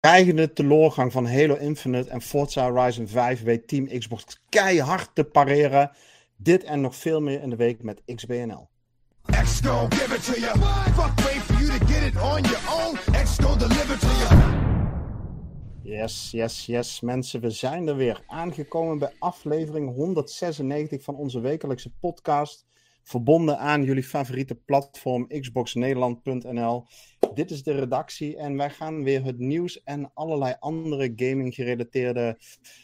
dreigende teleurgang van Halo Infinite en Forza Horizon 5 weet Team Xbox keihard te pareren. Dit en nog veel meer in de week met XBNL. X gon' give it to you. Fuck wait for you to get it on your own. X gon' deliver to you. Yes, mensen. We zijn er weer aangekomen bij aflevering 196 van onze wekelijkse podcast. Verbonden aan jullie favoriete platform xboxnederland.nl. Dit is de redactie en wij gaan weer het nieuws en allerlei andere gaming gerelateerde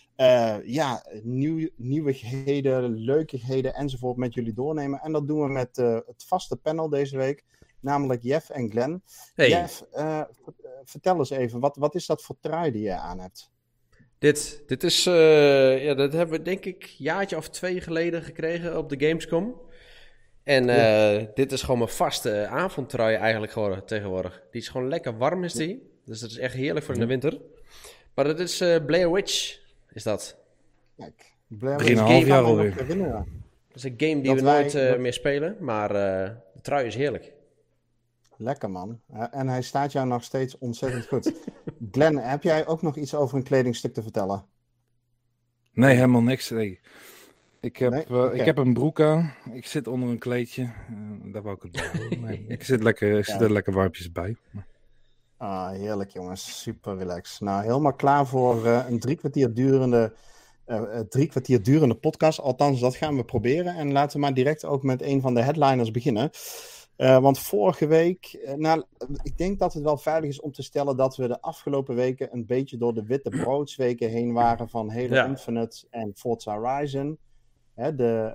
nieuwigheden, leukigheden enzovoort met jullie doornemen. En dat doen we met het vaste panel deze week, namelijk Jeff en Glenn. Hey. Jeff, vertel eens even, wat is dat voor trui die je aan hebt? Dit is, dat hebben we denk ik een jaartje of 2 geleden gekregen op de Gamescom. En dit is gewoon mijn vaste avondtrui eigenlijk geworden tegenwoordig. Die is gewoon lekker warm is die. Dus dat is echt heerlijk voor in de winter. Maar dat is Blair Witch, is dat. Kijk, Blair Witch 3,5 jaar alweer. Dat is een game die we nooit meer spelen, maar de trui is heerlijk. Lekker man. En hij staat jou nog steeds ontzettend goed. Glenn, heb jij ook nog iets over een kledingstuk te vertellen? Nee, helemaal niks. Nee. Ik heb een broek aan. Ik zit onder een kleedje. Daar wou ik het bij houden. Nee, ik zit er lekker warmpjes bij. Ah, heerlijk jongens. Super relaxed. Nou, helemaal klaar voor een 3 kwartier durende podcast. Althans, dat gaan we proberen. En laten we maar direct ook met een van de headliners beginnen. Want vorige week, ik denk dat het wel veilig is om te stellen dat we de afgelopen weken een beetje door de witte broodsweken heen waren van Halo Infinite en Forza Horizon. Hè,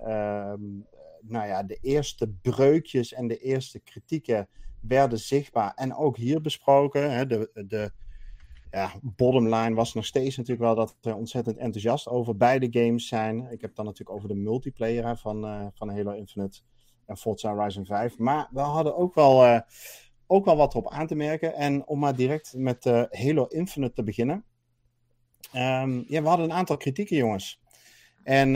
de eerste breukjes en de eerste kritieken werden zichtbaar en ook hier besproken. Hè, de bottomline was nog steeds natuurlijk wel dat we ontzettend enthousiast over beide games zijn. Ik heb het dan natuurlijk over de multiplayer van Halo Infinite en Forza Horizon 5. Maar we hadden ook wel wat erop aan te merken. En om maar direct met Halo Infinite te beginnen. We hadden een aantal kritieken, jongens. En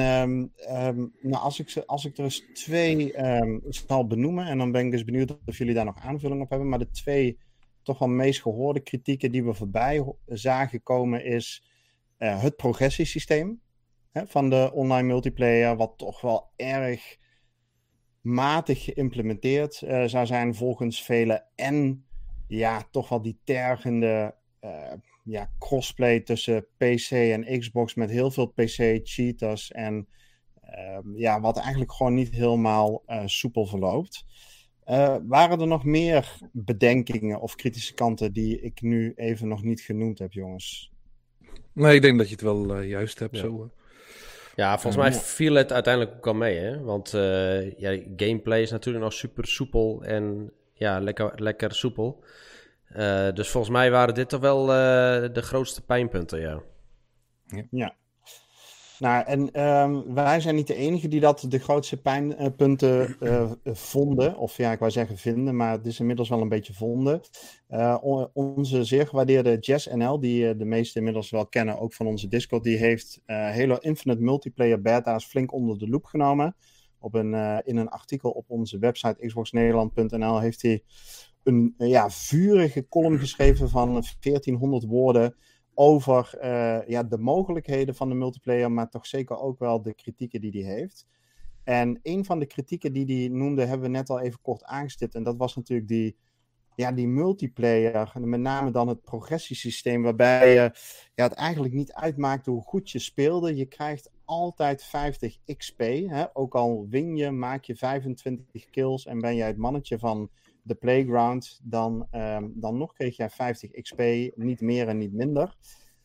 als ik er eens 2 zal benoemen, en dan ben ik dus benieuwd of jullie daar nog aanvulling op hebben, maar de 2 toch wel meest gehoorde kritieken die we voorbij zagen komen is het progressiesysteem van de online multiplayer, wat toch wel erg matig geïmplementeerd zou zijn volgens velen. En toch wel die tergende crossplay tussen PC en Xbox met heel veel PC-cheaters en wat eigenlijk gewoon niet helemaal soepel verloopt. Waren er nog meer bedenkingen of kritische kanten die ik nu even nog niet genoemd heb, jongens? Nee, ik denk dat je het wel juist hebt zo. Ja, volgens mij viel het uiteindelijk ook al mee, hè? Want gameplay is natuurlijk nog super soepel en lekker soepel. Dus volgens mij waren dit toch wel de grootste pijnpunten, Ja. Nou, en wij zijn niet de enige die dat de grootste pijnpunten vonden. Of ik wou zeggen vinden, maar het is inmiddels wel een beetje vonden. Onze zeer gewaardeerde Jess NL, die de meesten inmiddels wel kennen, ook van onze Discord, die heeft Halo Infinite multiplayer beta's flink onder de loep genomen. In een artikel op onze website xboxnederland.nl heeft hij een vurige column geschreven van 1400 woorden over de mogelijkheden van de multiplayer, maar toch zeker ook wel de kritieken die hij heeft. En een van de kritieken die hij noemde, hebben we net al even kort aangestipt. En dat was natuurlijk die multiplayer, met name dan het progressiesysteem, waarbij het eigenlijk niet uitmaakt hoe goed je speelde. Je krijgt altijd 50 XP. Hè? Ook al win je, maak je 25 kills en ben jij het mannetje van de playground, dan nog kreeg jij 50 XP, niet meer en niet minder.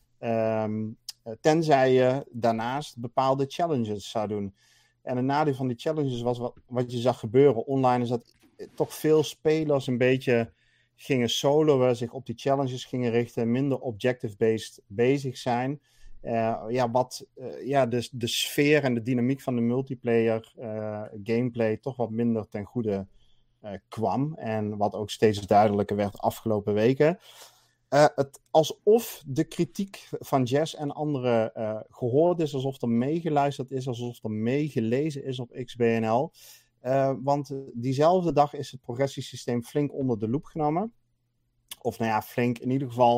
Tenzij je daarnaast bepaalde challenges zou doen. En een nadeel van die challenges was wat je zag gebeuren online, is dat toch veel spelers een beetje gingen soloen, zich op die challenges gingen richten, minder objective-based bezig zijn. De sfeer en de dynamiek van de multiplayer gameplay toch wat minder ten goede kwam. En wat ook steeds duidelijker werd afgelopen weken. Alsof de kritiek van Jess en anderen gehoord is, alsof er meegeluisterd is, alsof er meegelezen is op XBNL. Want diezelfde dag is het progressiesysteem flink onder de loep genomen. Of flink, in ieder geval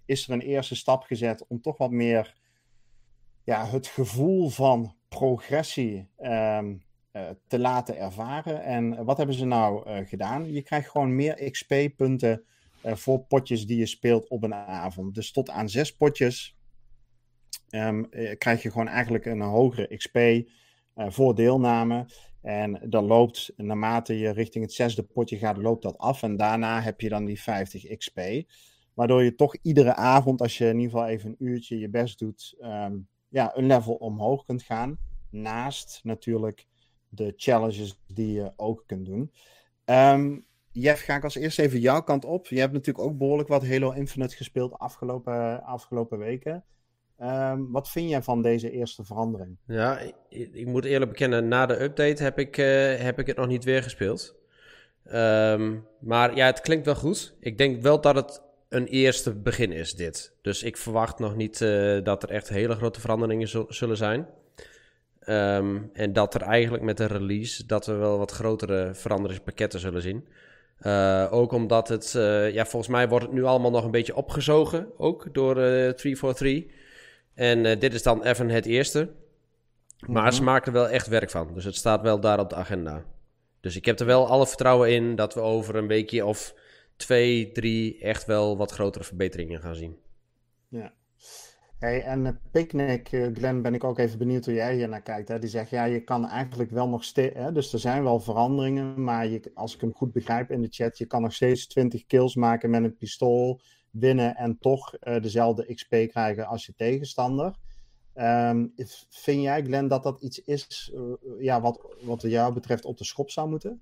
is er een eerste stap gezet om toch wat meer het gevoel van progressie te laten ervaren. En wat hebben ze nou gedaan? Je krijgt gewoon meer XP-punten voor potjes die je speelt op een avond. Dus tot aan 6 potjes krijg je gewoon eigenlijk een hogere XP voor deelname. En dan loopt, naarmate je richting het 6e potje gaat, loopt dat af. En daarna heb je dan die 50 XP. Waardoor je toch iedere avond, als je in ieder geval even een uurtje je best doet, een level omhoog kunt gaan. Naast natuurlijk de challenges die je ook kunt doen. Jeff, ga ik als eerst even jouw kant op. Je hebt natuurlijk ook behoorlijk wat Halo Infinite gespeeld afgelopen weken. Wat vind jij van deze eerste verandering? Ja, ik moet eerlijk bekennen, na de update heb ik het nog niet weer gespeeld. Maar ja, het klinkt wel goed. Ik denk wel dat het een eerste begin is, dit. Dus ik verwacht nog niet dat er echt hele grote veranderingen zullen zijn. En dat er eigenlijk met de release, dat we wel wat grotere veranderingspakketten zullen zien. Ook omdat het, volgens mij wordt het nu allemaal nog een beetje opgezogen, ook door 343. En dit is dan even het eerste. Maar ze maken er wel echt werk van. Dus het staat wel daar op de agenda. Dus ik heb er wel alle vertrouwen in dat we over een weekje of 2, 3 echt wel wat grotere verbeteringen gaan zien. Ja. Hey, en Picnic, Glenn, ben ik ook even benieuwd hoe jij hier naar kijkt. Hè? Die zegt, je kan eigenlijk wel nog steeds... Dus er zijn wel veranderingen, maar als ik hem goed begrijp in de chat, je kan nog steeds 20 kills maken met een pistool, winnen en toch dezelfde XP krijgen als je tegenstander. Vind jij, Glenn, dat dat iets is wat jou betreft op de schop zou moeten?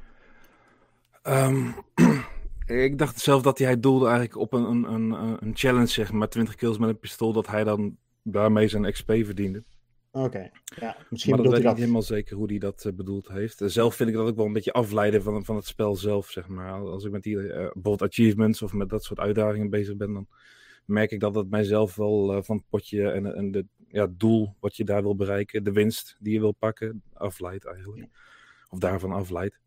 Ik dacht zelf dat hij doelde eigenlijk op een challenge, zeg maar, 20 kills met een pistool, dat hij dan daarmee zijn XP verdiende. Oké, ja, misschien maar dat weet ik dat... niet helemaal zeker hoe hij dat bedoeld heeft. Zelf vind ik dat ook wel een beetje afleiden van het spel zelf, zeg maar. Als ik met die bijvoorbeeld achievements of met dat soort uitdagingen bezig ben, dan merk ik dat het mijzelf wel van het potje en het doel wat je daar wil bereiken, de winst die je wil pakken, afleidt eigenlijk. Ja. Of daarvan afleidt.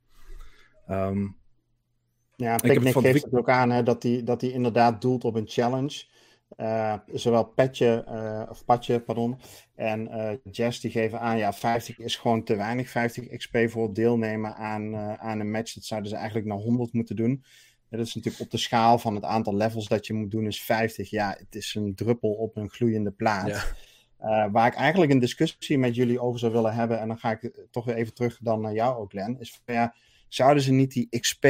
Ja, Picnic geeft het ook aan hè, dat hij inderdaad doelt op een challenge. Zowel Patje en Jess die geven aan, 50 is gewoon te weinig. 50 XP voor het deelnemen aan een match. Dat zouden ze eigenlijk naar 100 moeten doen. Dat is natuurlijk op de schaal van het aantal levels dat je moet doen is 50. Ja, het is een druppel op een gloeiende plaat. Ja. Waar ik eigenlijk een discussie met jullie over zou willen hebben, en dan ga ik toch weer even terug dan naar jou ook, Glenn, is van, zouden ze niet die XP...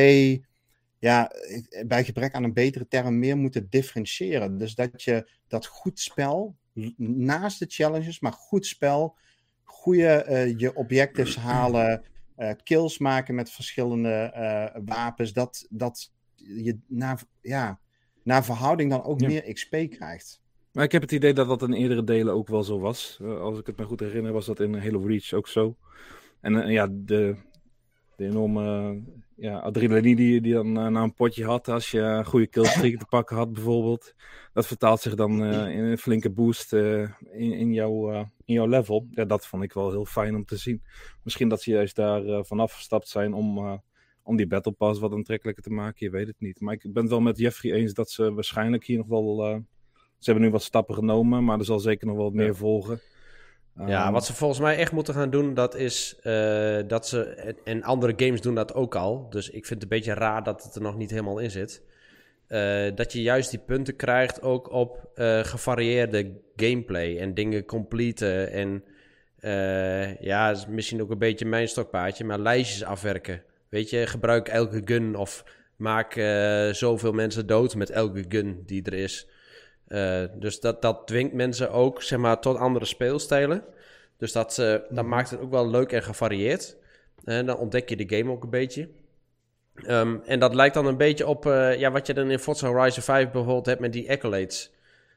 bij gebrek aan een betere term meer moeten differentiëren. Dus dat je dat goed spel, naast de challenges, maar goed spel, goede je objectives halen, kills maken met verschillende wapens, dat je naar verhouding dan ook meer XP krijgt. Maar ik heb het idee dat dat in eerdere delen ook wel zo was. Als ik het me goed herinner, was dat in Halo Reach ook zo. En de enorme adrenaline die je dan na een potje had, als je een goede killstreak te pakken had bijvoorbeeld, dat vertaalt zich dan in een flinke boost in jouw level. Ja, dat vond ik wel heel fijn om te zien. Misschien dat ze juist daar vanaf gestapt zijn om die Battle Pass wat aantrekkelijker te maken, je weet het niet. Maar ik ben het wel met Jeffrey eens dat ze waarschijnlijk hier nog wel... ze hebben nu wat stappen genomen, maar er zal zeker nog wel wat meer volgen. Ja, wat ze volgens mij echt moeten gaan doen, dat is dat ze... En andere games doen dat ook al. Dus ik vind het een beetje raar dat het er nog niet helemaal in zit. Dat je juist die punten krijgt ook op gevarieerde gameplay. En dingen completen. En is misschien ook een beetje mijn stokpaardje, maar lijstjes afwerken. Weet je, gebruik elke gun of maak zoveel mensen dood met elke gun die er is. Dus dat dwingt mensen ook, zeg maar, tot andere speelstijlen. Dus dat maakt het ook wel leuk en gevarieerd. En dan ontdek je de game ook een beetje. En dat lijkt dan een beetje op wat je dan in Forza Horizon 5 bijvoorbeeld hebt met die accolades.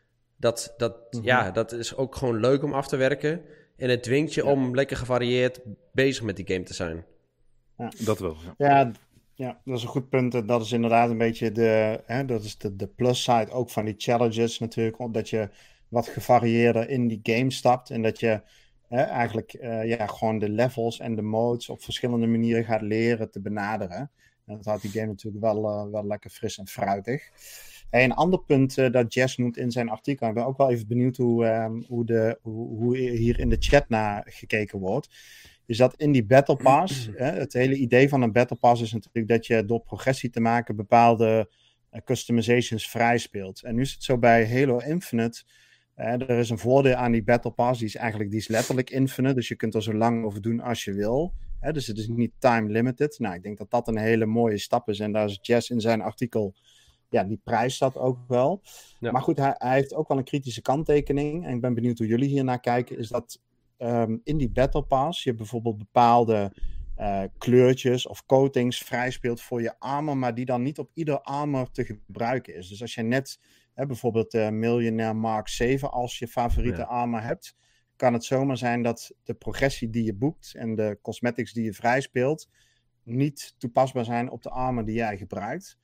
Dat is ook gewoon leuk om af te werken. En het dwingt je om lekker gevarieerd bezig met die game te zijn. Ja. Dat wel. Ja, dat is een goed punt. Dat is inderdaad een beetje de plus side ook van die challenges natuurlijk. Omdat je wat gevarieerder in die game stapt. En dat je eigenlijk gewoon de levels en de modes op verschillende manieren gaat leren te benaderen. En dat houdt die game natuurlijk wel lekker fris en fruitig. Hey, een ander punt dat Jess noemt in zijn artikel, ik ben ook wel even benieuwd hoe hier in de chat naar gekeken wordt, is dat in die Battle Pass, het hele idee van een Battle Pass is natuurlijk dat je door progressie te maken bepaalde customizations vrij speelt. En nu is het zo bij Halo Infinite, er is een voordeel aan die Battle Pass, die is letterlijk infinite, dus je kunt er zo lang over doen als je wil. Dus het is niet time limited. Nou, ik denk dat dat een hele mooie stap is en daar is Jess in zijn artikel, ja, die prijst dat ook wel. Ja. Maar goed, hij heeft ook wel een kritische kanttekening en ik ben benieuwd hoe jullie hier naar kijken, is dat in die Battle Pass je bijvoorbeeld bepaalde kleurtjes of coatings vrij speelt voor je armor, maar die dan niet op ieder armor te gebruiken is. Dus als je net bijvoorbeeld Millionaire Mark 7 als je favoriete armor hebt, kan het zomaar zijn dat de progressie die je boekt en de cosmetics die je vrij speelt niet toepasbaar zijn op de armor die jij gebruikt.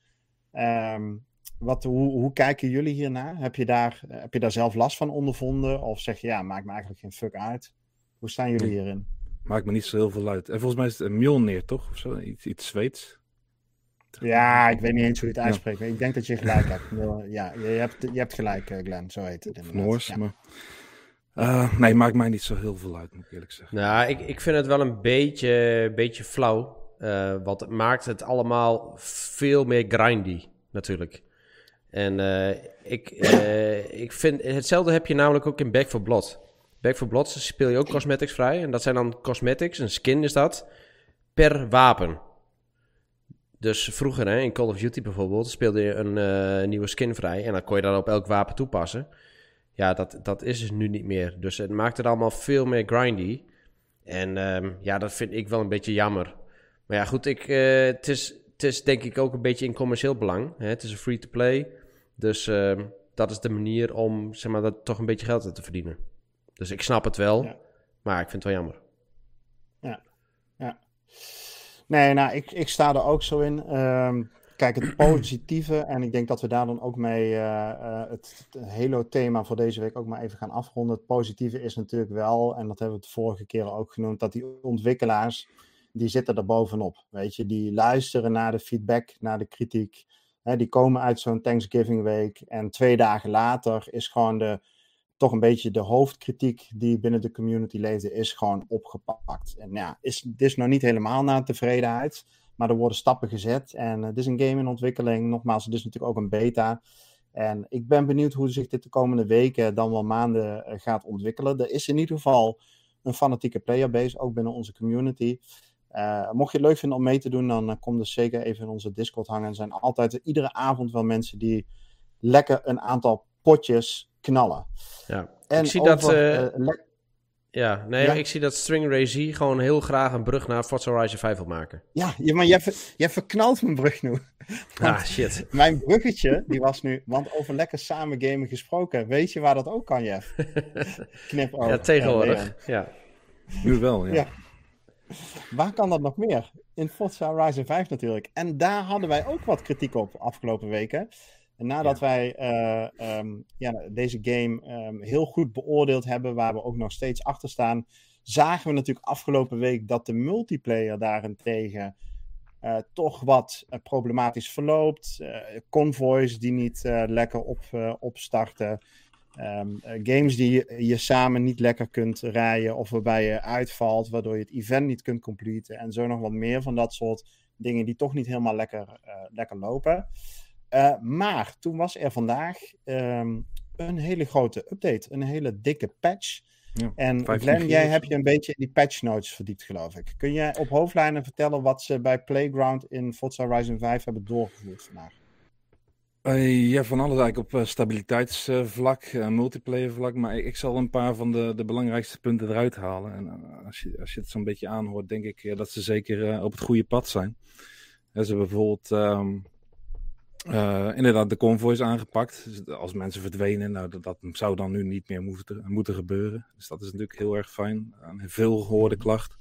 Hoe kijken jullie hiernaar? Heb je daar zelf last van ondervonden? Of zeg je, ja, maakt me eigenlijk geen fuck uit? Hoe staan jullie hierin? Maakt me niet zo heel veel uit. En volgens mij is het een Mjolnir, toch? Of zo? Iets Zweeds. Ja, ik weet niet eens hoe je het uitspreekt. Maar ik denk dat je gelijk hebt. Ja, je hebt gelijk, Glenn. Zo heet het Noors, ja. Maar... nee, maakt mij niet zo heel veel uit, moet ik eerlijk zeggen. Nou, ik vind het wel een beetje flauw. Want het maakt het allemaal veel meer grindy, natuurlijk. En ik vind... Hetzelfde heb je namelijk ook in Back 4 Blood. Back 4 Blood speel je ook cosmetics vrij. En dat zijn dan cosmetics, een skin is dat, per wapen. Dus vroeger, in Call of Duty bijvoorbeeld, speelde je een nieuwe skin vrij. En dan kon je dat op elk wapen toepassen. Ja, dat is dus nu niet meer. Dus het maakt het allemaal veel meer grindy. En dat vind ik wel een beetje jammer. Maar ja, goed, het is denk ik ook een beetje in commercieel belang. Hè? Het is een free-to-play. Dus dat is de manier om, zeg maar, dat toch een beetje geld te verdienen. Dus ik snap het wel, maar ik vind het wel jammer. Ja. Nee, nou, ik sta er ook zo in. Kijk, het positieve, en ik denk dat we daar dan ook mee het Halo-thema voor deze week ook maar even gaan afronden. Het positieve is natuurlijk wel, en dat hebben we het vorige keer ook genoemd, dat die ontwikkelaars, die zitten er bovenop. Weet je, die luisteren naar de feedback, naar de kritiek. Die komen uit zo'n Thanksgiving week en 2 dagen later is gewoon toch een beetje de hoofdkritiek die binnen de community leefde, is gewoon opgepakt. En ja, het is nog niet helemaal naar tevredenheid, maar er worden stappen gezet. En het is een game in ontwikkeling. Nogmaals, het is natuurlijk ook een beta. En ik ben benieuwd hoe zich dit de komende weken, dan wel maanden, gaat ontwikkelen. Er is in ieder geval een fanatieke playerbase, ook binnen onze community. Mocht je het leuk vinden om mee te doen, dan kom dus zeker even in onze Discord hangen. Er zijn altijd iedere avond wel mensen die lekker een aantal potjes knallen. Ja, en ik zie ik zie dat String Ray Z gewoon heel graag een brug naar Forza Horizon 5 wil maken. Ja, maar jij verknalt mijn brug nu. Shit. Mijn bruggetje, die was nu, want over lekker samen gamen gesproken. Weet je waar dat ook kan, Jeff? Knip over. Ja, tegenwoordig. Ja. Nu wel, ja. Waar kan dat nog meer? In Forza Horizon 5 natuurlijk. En daar hadden wij ook wat kritiek op afgelopen weken. En nadat wij deze game heel goed beoordeeld hebben, waar we ook nog steeds achter staan, zagen we natuurlijk afgelopen week dat de multiplayer daarentegen toch wat problematisch verloopt. Convoys die niet lekker opstarten. Games die je samen niet lekker kunt rijden of waarbij je uitvalt, waardoor je het event niet kunt completen. En zo nog wat meer van dat soort dingen die toch niet helemaal lekker lopen. Maar toen was er vandaag een hele grote update, een hele dikke patch. Ja, en Glenn, jij hebt je een beetje in die patch notes verdiept, geloof ik. Kun jij op hoofdlijnen vertellen wat ze bij Playground in Forza Horizon 5 hebben doorgevoerd vandaag? Van alles eigenlijk op stabiliteitsvlak, multiplayer vlak. Maar ik zal een paar van de belangrijkste punten eruit halen. En als je het zo'n beetje aanhoort, denk ik dat ze zeker op het goede pad zijn. Ze hebben bijvoorbeeld inderdaad de convoys aangepakt. Dus als mensen verdwenen, dat zou dan nu niet meer moeten gebeuren. Dus dat is natuurlijk heel erg fijn. Een veel gehoorde klacht.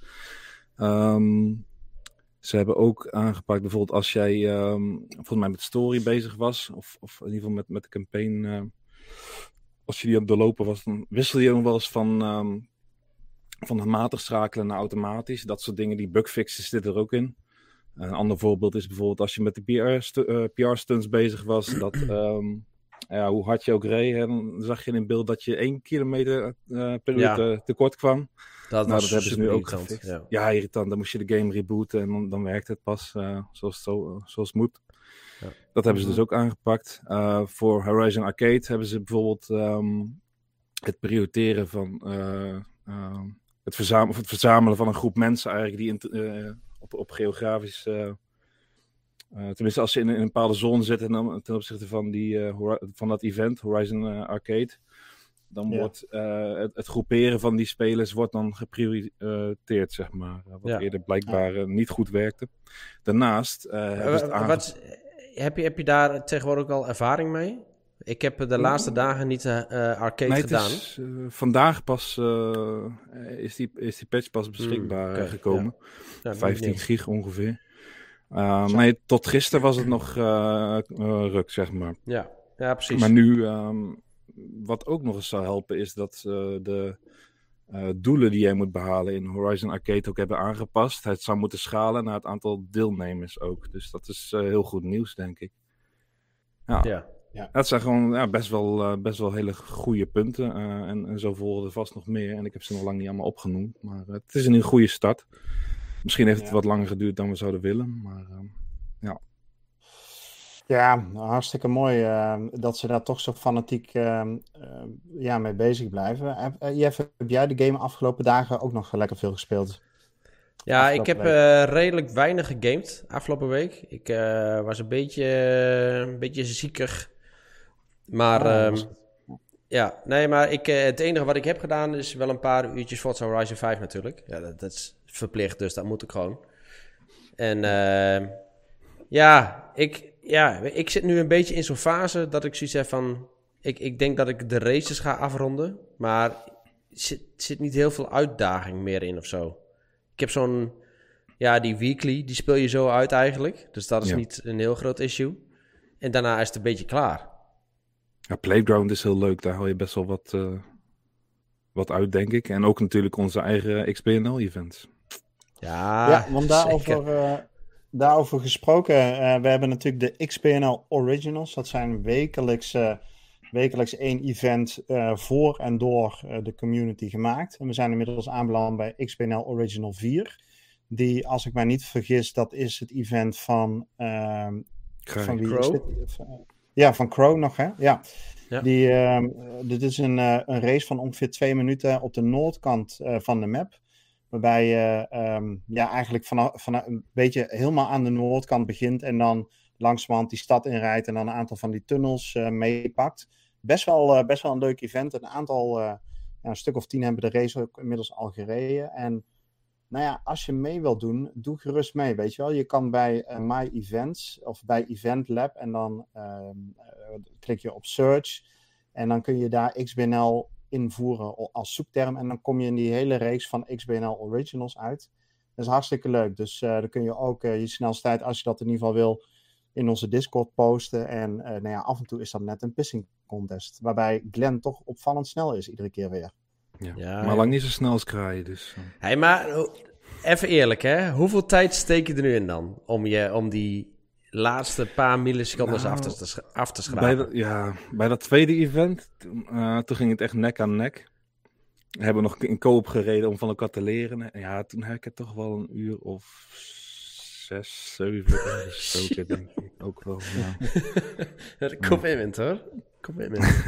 Ze hebben ook aangepakt, bijvoorbeeld als jij volgens mij met story bezig was, of in ieder geval met de campaign, als je die aan het doorlopen was, dan wissel je nog wel eens van matig schakelen naar automatisch. Dat soort dingen, die bugfixes zitten er ook in. Een ander voorbeeld is bijvoorbeeld als je met de PR-stunts bezig was, dat hoe hard je ook reed, hè, dan zag je in beeld dat je 1 kilometer per uur tekort kwam. Dat hebben ze nu ook irritant. gefixt. Ja, irritant. Dan moest je de game rebooten en dan werkt het pas zoals het moet. Ja. Dat hebben ze dus ook aangepakt. Voor Horizon Arcade hebben ze bijvoorbeeld het prioriteren van het verzamelen van een groep mensen eigenlijk die op geografisch... tenminste, als ze in een bepaalde zone zitten dan, ten opzichte van, van dat event, Horizon Arcade, dan wordt het groeperen van die spelers wordt dan geprioriteerd, zeg maar. Wat eerder blijkbaar niet goed werkte. Daarnaast heb je daar tegenwoordig ook al ervaring mee? Ik heb de laatste dagen niet arcade gedaan. Vandaag pas is die patch pas beschikbaar gekomen. Ja. 15 gig ongeveer. Nee, tot gisteren was het nog ruk, zeg maar. Ja, precies. Maar nu, wat ook nog eens zou helpen, is dat de doelen die jij moet behalen in Horizon Arcade ook hebben aangepast. Het zou moeten schalen naar het aantal deelnemers ook. Dus dat is heel goed nieuws, denk ik. Ja. Dat zijn gewoon best wel hele goede punten. En zo volgen er vast nog meer. En ik heb ze nog lang niet allemaal opgenoemd. Maar het is een goede start. Misschien heeft het wat langer geduurd dan we zouden willen. Maar ja. Ja, hartstikke mooi dat ze daar toch zo fanatiek mee bezig blijven. Jeff, heb jij de game afgelopen dagen ook nog lekker veel gespeeld? Ja, ik heb redelijk weinig gegamed afgelopen week. Ik was een beetje ziekig. Maar maar het enige wat ik heb gedaan is wel een paar uurtjes Forza Horizon 5 natuurlijk. Ja, dat is verplicht, dus dat moet ik gewoon. En ik zit nu een beetje in zo'n fase dat ik zoiets heb van... Ik denk dat ik de races ga afronden, maar er zit niet heel veel uitdaging meer in of zo. Ik heb zo'n... Ja, die weekly, die speel je zo uit eigenlijk. Dus dat is niet een heel groot issue. En daarna is het een beetje klaar. Ja, Playground is heel leuk. Daar haal je best wel wat uit, denk ik. En ook natuurlijk onze eigen XBNL-events. Ja, want daarover gesproken. We hebben natuurlijk de XBNL Originals. Dat zijn wekelijks 1 event voor en door de community gemaakt. En we zijn inmiddels aanbeland bij XBNL Original 4. Die, als ik mij niet vergis, dat is het event van... van wie Crow? Is dit? Van Crow nog, hè? Ja. Dit is een race van ongeveer 2 minuten op de noordkant van de map. Waarbij je eigenlijk vanaf een beetje helemaal aan de noordkant begint. En dan langzamerhand die stad inrijdt en dan een aantal van die tunnels meepakt. Best wel een leuk event. Een aantal, een stuk of 10 hebben de race ook inmiddels al gereden. En als je mee wilt doen, doe gerust mee, weet je wel. Je kan bij My Events of bij Event Lab en dan klik je op Search. En dan kun je daar XBNL invoeren als zoekterm. En dan kom je in die hele reeks van XBNL Originals uit. Dat is hartstikke leuk. Dus dan kun je ook je snelheid, als je dat in ieder geval wil, in onze Discord posten. En af en toe is dat net een pissing contest. Waarbij Glenn toch opvallend snel is, iedere keer weer. Ja, maar lang niet zo snel als kraaien, dus... Hey, maar even eerlijk, hè? Hoeveel tijd steek je er nu in dan? Om die laatste paar millisecondes af te schrapen? Bij dat tweede event, toen ging het echt nek aan nek. We hebben nog in co-op gereden om van elkaar te leren. Ja, toen heb ik het toch wel een uur of 6, 7 gestoken, denk ik. Ook wel, Commitment, hoor. Commitment.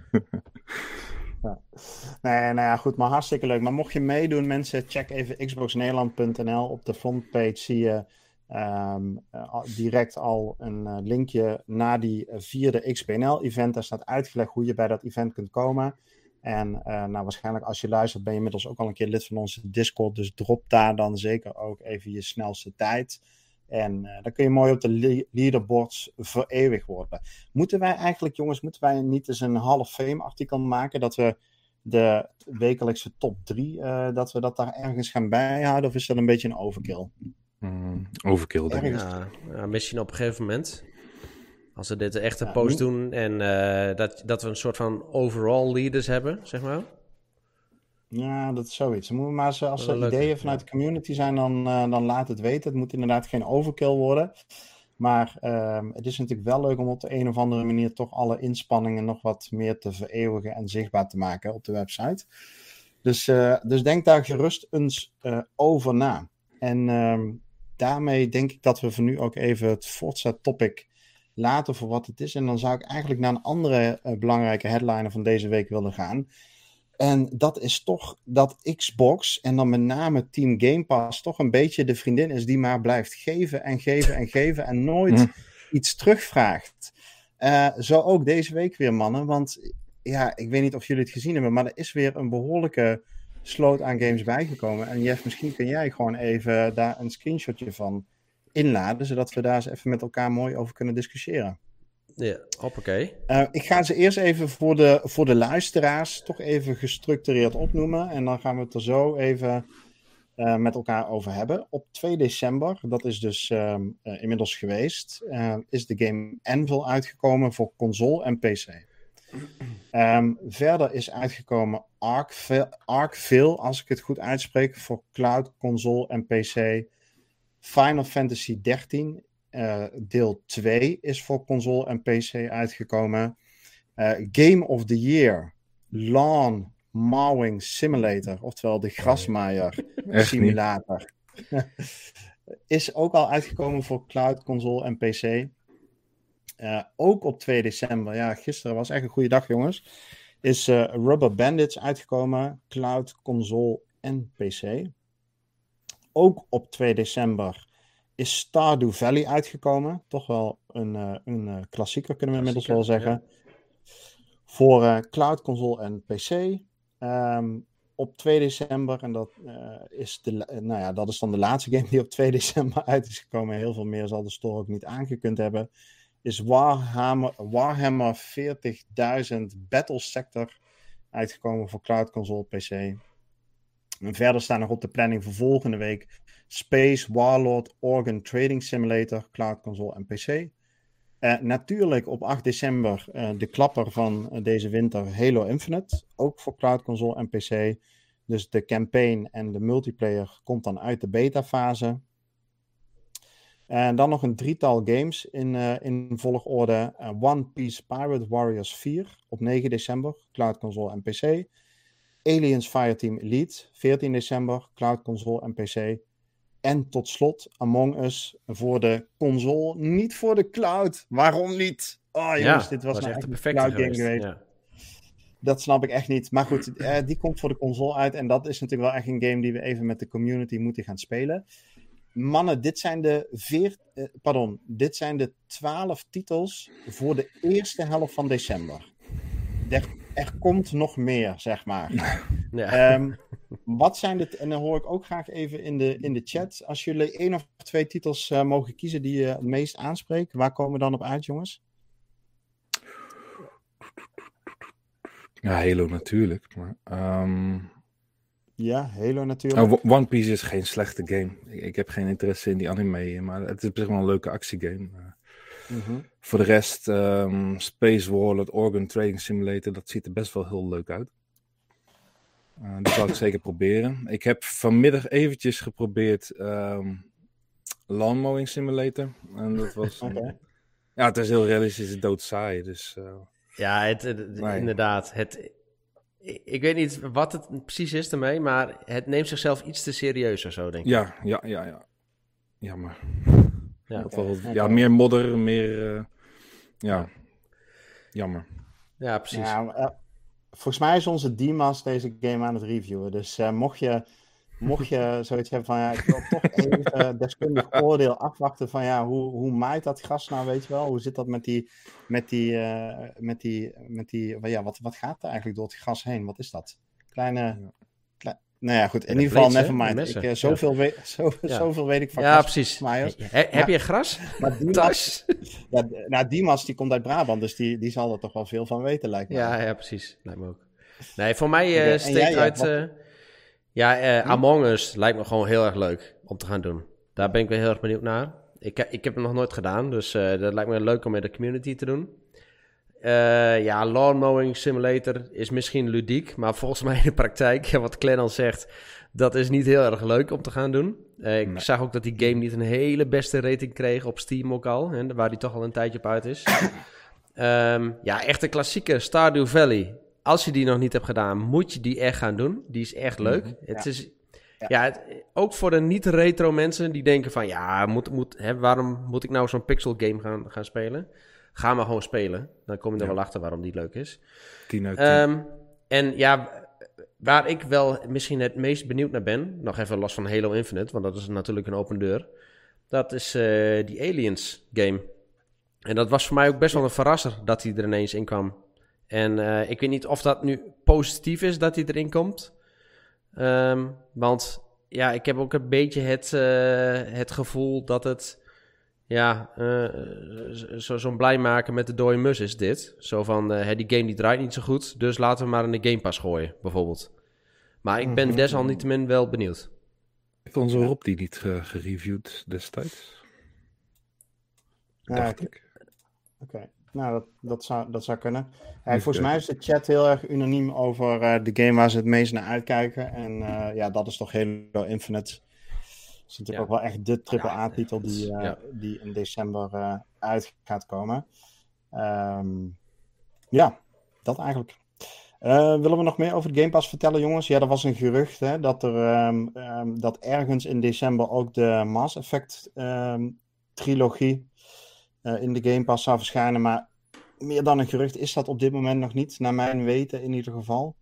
Ja. Goed, maar hartstikke leuk. Maar mocht je meedoen, mensen, check even xboxnederland.nl. Op de frontpage zie je direct al een linkje naar die 4e XBNL-event. Daar staat uitgelegd hoe je bij dat event kunt komen. En waarschijnlijk als je luistert ben je inmiddels ook al een keer lid van onze Discord. Dus drop daar dan zeker ook even je snelste tijd. En dan kun je mooi op de leaderboards vereeuwigd worden. Moeten wij eigenlijk, jongens, niet eens een Hall of Fame artikel maken? Dat we de wekelijkse top 3, dat we dat daar ergens gaan bijhouden? Of is dat een beetje een overkill? Overkill, denk ik. Ja, misschien op een gegeven moment. Als we dit echt een post doen en dat we een soort van overall leaders hebben, zeg maar. Ja, dat is zoiets. Dan moeten we maar als er Leuk, ideeën vanuit de community zijn, dan laat het weten. Het moet inderdaad geen overkill worden. Maar het is natuurlijk wel leuk om op de een of andere manier toch alle inspanningen nog wat meer te vereeuwigen en zichtbaar te maken op de website. Dus denk daar gerust eens over na. En daarmee denk ik dat we voor nu ook even het Forza topic laten voor wat het is. En dan zou ik eigenlijk naar een andere belangrijke headliner van deze week willen gaan. En dat is toch dat Xbox en dan met name Team Game Pass toch een beetje de vriendin is die maar blijft geven en geven en geven en nooit iets terugvraagt. Zo ook deze week weer, mannen. Want ja, ik weet niet of jullie het gezien hebben, maar er is weer een behoorlijke sloot aan games bijgekomen. En Jeff, misschien kun jij gewoon even daar een screenshotje van inladen, zodat we daar eens even met elkaar mooi over kunnen discussiëren. Ja, hoppakee. Ik ga ze eerst even voor de luisteraars toch even gestructureerd opnoemen. En dan gaan we het er zo even met elkaar over hebben. Op 2 december, dat is dus inmiddels geweest, is de game Anvil uitgekomen voor console en PC. Verder is uitgekomen Arkville, als ik het goed uitspreek, voor cloud, console en PC. Final Fantasy 13 deel 2 is voor console en PC uitgekomen. Game of the Year, Lawn Mowing Simulator, oftewel de grasmaaier simulator, is ook al uitgekomen voor cloud, console en PC. Ook op 2 december, ja, gisteren was echt een goede dag, jongens, is Rubber Bandits uitgekomen, cloud, console en PC. Ook op 2 december is Stardew Valley uitgekomen. Toch wel een klassieker, kunnen we inmiddels wel zeggen. Ja. Voor cloud, console en PC. Op 2 december, en dat is dan de laatste game die op 2 december uit is gekomen. Heel veel meer zal de store ook niet aangekund hebben. Is Warhammer 40.000 Battle Sector uitgekomen voor cloud, console, PC. En verder staan nog op de planning voor volgende week Space Warlord Organ Trading Simulator, cloud, console en PC. Natuurlijk op 8 december de klapper van deze winter Halo Infinite, ook voor cloud, console en PC. Dus de campaign en de multiplayer komt dan uit de beta fase. En dan nog een drietal games in volgorde. One Piece Pirate Warriors 4 op 9 december, cloud, console en PC. Aliens Fireteam Elite, 14 december, cloud, console en PC. En tot slot Among Us voor de console, niet voor de cloud. Waarom niet? Oh jongens, dit was echt een perfecte cloud game geweest. Ja. Dat snap ik echt niet. Maar goed, die komt voor de console uit. En dat is natuurlijk wel echt een game die we even met de community moeten gaan spelen. Mannen, dit zijn de 12 titels voor de eerste helft van december. Er komt nog meer, zeg maar. Ja. Wat zijn de... En dan hoor ik ook graag even in de chat. Als jullie 1 of 2 titels mogen kiezen die je het meest aanspreken, waar komen we dan op uit, jongens? Ja, Halo natuurlijk. Maar, Ja, Halo natuurlijk. One Piece is geen slechte game. Ik heb geen interesse in die anime, maar het is op zich wel een leuke actiegame. Voor de rest, Space Warlord Organ Trading Simulator, dat ziet er best wel heel leuk uit. Die zal ik zeker proberen. Ik heb vanmiddag eventjes geprobeerd Lawn Mowing Simulator. En dat was... ja, het is heel realistisch, het is doodsaai. Dus, inderdaad. Ik weet niet wat het precies is ermee, maar het neemt zichzelf iets te serieus of zo, denk ik. Ja. Jammer. Ja, meer modder, meer... jammer. Ja, precies. Ja, volgens mij is onze Dimas deze game aan het reviewen. Dus mocht je zoiets hebben van... ik wil toch even deskundig oordeel afwachten van... hoe maait dat gras nou, weet je wel? Hoe zit dat wat gaat er eigenlijk door het gras heen? Wat is dat? Nou ja, goed. In ieder geval, nevermind. Zoveel weet ik van gras. Ja, precies. Heb je gras? Thuis? Dimas die komt uit Brabant, dus die zal er toch wel veel van weten, lijkt me. Ja, precies. Lijkt me ook. Nee, voor mij steekt uit... Among Us lijkt me gewoon heel erg leuk om te gaan doen. Daar ben ik weer heel erg benieuwd naar. Ik heb het nog nooit gedaan, dus dat lijkt me leuk om met de community te doen. ja, Lawn Mowing Simulator is misschien ludiek, maar volgens mij in de praktijk, wat Glenn al zegt, dat is niet heel erg leuk om te gaan doen. Ik zag ook dat die game niet een hele beste rating kreeg op Steam ook al, hè, waar die toch al een tijdje op uit is. Ja, echt een klassieke Stardew Valley. Als je die nog niet hebt gedaan, moet je die echt gaan doen. Die is echt leuk. Het is... Ja, ook voor de niet-retro mensen die denken van... Ja, waarom moet ik nou zo'n pixel game gaan spelen? Ga maar gewoon spelen. Dan kom je er wel achter waarom die leuk is. 10 uit 10. En ja, waar ik wel misschien het meest benieuwd naar ben... Nog even los van Halo Infinite, want dat is natuurlijk een open deur. Dat is die Aliens game. En dat was voor mij ook best wel een verrasser dat hij er ineens in kwam. En ik weet niet of dat nu positief is dat hij erin komt... want ja, ik heb ook een beetje het gevoel dat het zo'n blij maken met de dode mus is dit. Zo van, die game die draait niet zo goed, dus laten we maar in de Game Pass gooien, bijvoorbeeld. Maar ik ben desalniettemin wel benieuwd. Heeft onze Rob die niet gereviewd destijds? Dacht ik. Oké. Nou, dat zou kunnen. Volgens mij is de chat heel erg unaniem over de game waar ze het meest naar uitkijken. En dat is toch Halo Infinite. Dat is natuurlijk ook wel echt de AAA-titel die in december uit gaat komen. Dat eigenlijk. Willen we nog meer over de Game Pass vertellen, jongens? Ja, er was een gerucht hè, dat ergens in december ook de Mass Effect trilogie in de Game Pass zou verschijnen, maar meer dan een gerucht is dat op dit moment nog niet, naar mijn weten in ieder geval.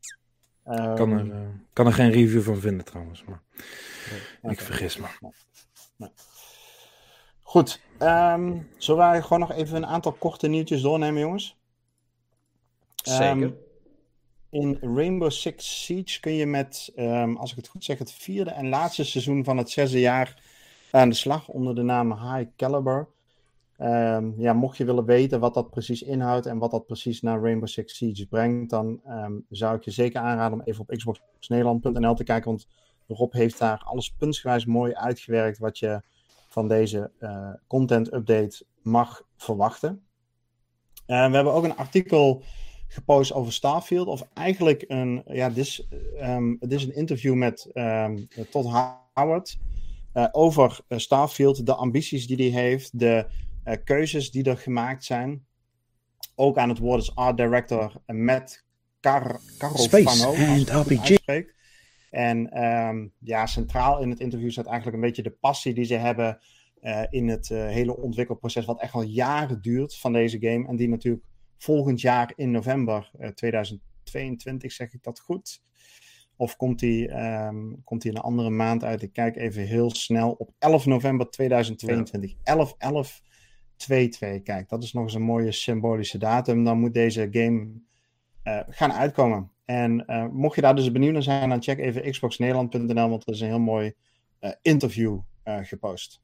Kan er geen review van vinden trouwens, maar ik vergis me. Nee. Goed, zullen wij gewoon nog even een aantal korte nieuwtjes doornemen, jongens? Zeker. In Rainbow Six Siege kun je met, als ik het goed zeg, het 4e en laatste seizoen van het 6e jaar aan de slag onder de naam High Caliber. Mocht je willen weten wat dat precies inhoudt en wat dat precies naar Rainbow Six Siege brengt, dan zou ik je zeker aanraden om even op xboxnederland.nl te kijken, want Rob heeft daar alles puntsgewijs mooi uitgewerkt wat je van deze content update mag verwachten. We hebben ook een artikel gepost over Starfield, of eigenlijk het is een interview met Todd Howard over Starfield, de ambities die hij heeft, de keuzes die er gemaakt zijn. Ook aan het woord is art director Matt Carofano. Space and RPG. En centraal in het interview staat eigenlijk een beetje de passie die ze hebben in het hele ontwikkelproces, wat echt al jaren duurt van deze game. En die natuurlijk volgend jaar in november 2022, zeg ik dat goed? Of komt die in een andere maand uit? Ik kijk even heel snel op 11 november 2022. Ja. 11/11/22. Kijk, dat is nog eens een mooie symbolische datum. Dan moet deze game gaan uitkomen. En mocht je daar dus benieuwd naar zijn, dan check even xboxnederland.nl, want er is een heel mooi interview gepost.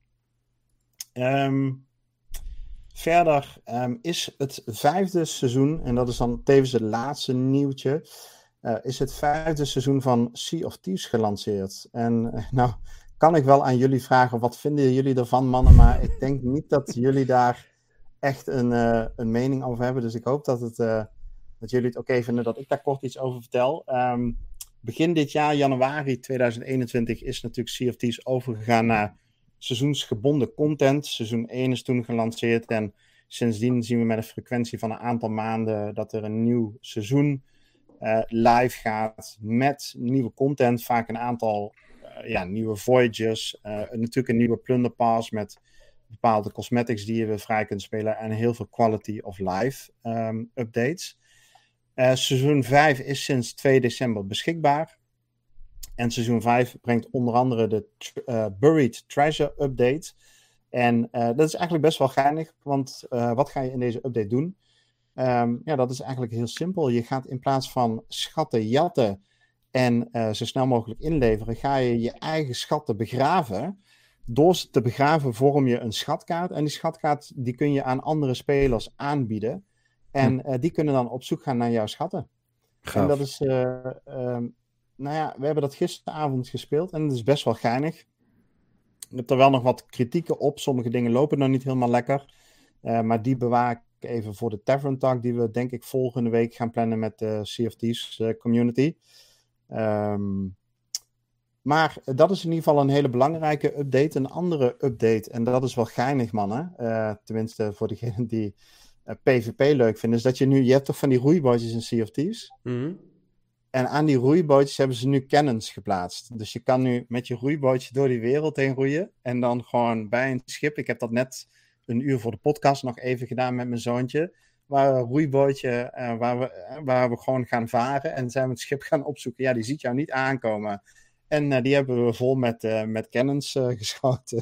Verder is het 5e seizoen, en dat is dan tevens het laatste nieuwtje, is het 5e seizoen van Sea of Thieves gelanceerd. En nou kan ik wel aan jullie vragen, wat vinden jullie ervan, mannen? Maar ik denk niet dat jullie daar echt een mening over hebben. Dus ik hoop dat jullie het oké vinden dat ik daar kort iets over vertel. Begin dit jaar, januari 2021, is natuurlijk Sea of Thieves overgegaan naar seizoensgebonden content. Seizoen 1 is toen gelanceerd en sindsdien zien we met een frequentie van een aantal maanden dat er een nieuw seizoen live gaat met nieuwe content. Vaak een aantal nieuwe voyages. Natuurlijk een nieuwe plunder pass met bepaalde cosmetics die je weer vrij kunt spelen en heel veel quality of life updates. Seizoen 5 is sinds 2 december beschikbaar. En seizoen 5 brengt onder andere de Buried Treasure update. En dat is eigenlijk best wel geinig, want wat ga je in deze update doen? Dat is eigenlijk heel simpel. Je gaat in plaats van schatten jatten en zo snel mogelijk inleveren, ga je je eigen schatten begraven. Door ze te begraven vorm je een schatkaart. En die schatkaart die kun je aan andere spelers aanbieden. En die kunnen dan op zoek gaan naar jouw schatten. Gaaf. En dat is... we hebben dat gisteravond gespeeld en het is best wel geinig. Ik heb er wel nog wat kritieken op. Sommige dingen lopen nog niet helemaal lekker. Maar die bewaar ik even voor de Tavern Talk die we denk ik volgende week gaan plannen met de Sea of Thieves community. Maar dat is in ieder geval een hele belangrijke update. Een andere update, en dat is wel geinig, mannen. Tenminste, voor degenen die PvP leuk vinden. Is dat je hebt toch van die roeibootjes in Sea of Thieves? Mm-hmm. En aan die roeibootjes hebben ze nu cannons geplaatst. Dus je kan nu met je roeibootje door die wereld heen roeien. En dan gewoon bij een schip. Ik heb dat net een uur voor de podcast nog even gedaan met mijn zoontje. Waar een roeibootje, waar we gewoon gaan varen. En zijn we het schip gaan opzoeken. Ja, die ziet jou niet aankomen. En die hebben we vol met cannons geschoten.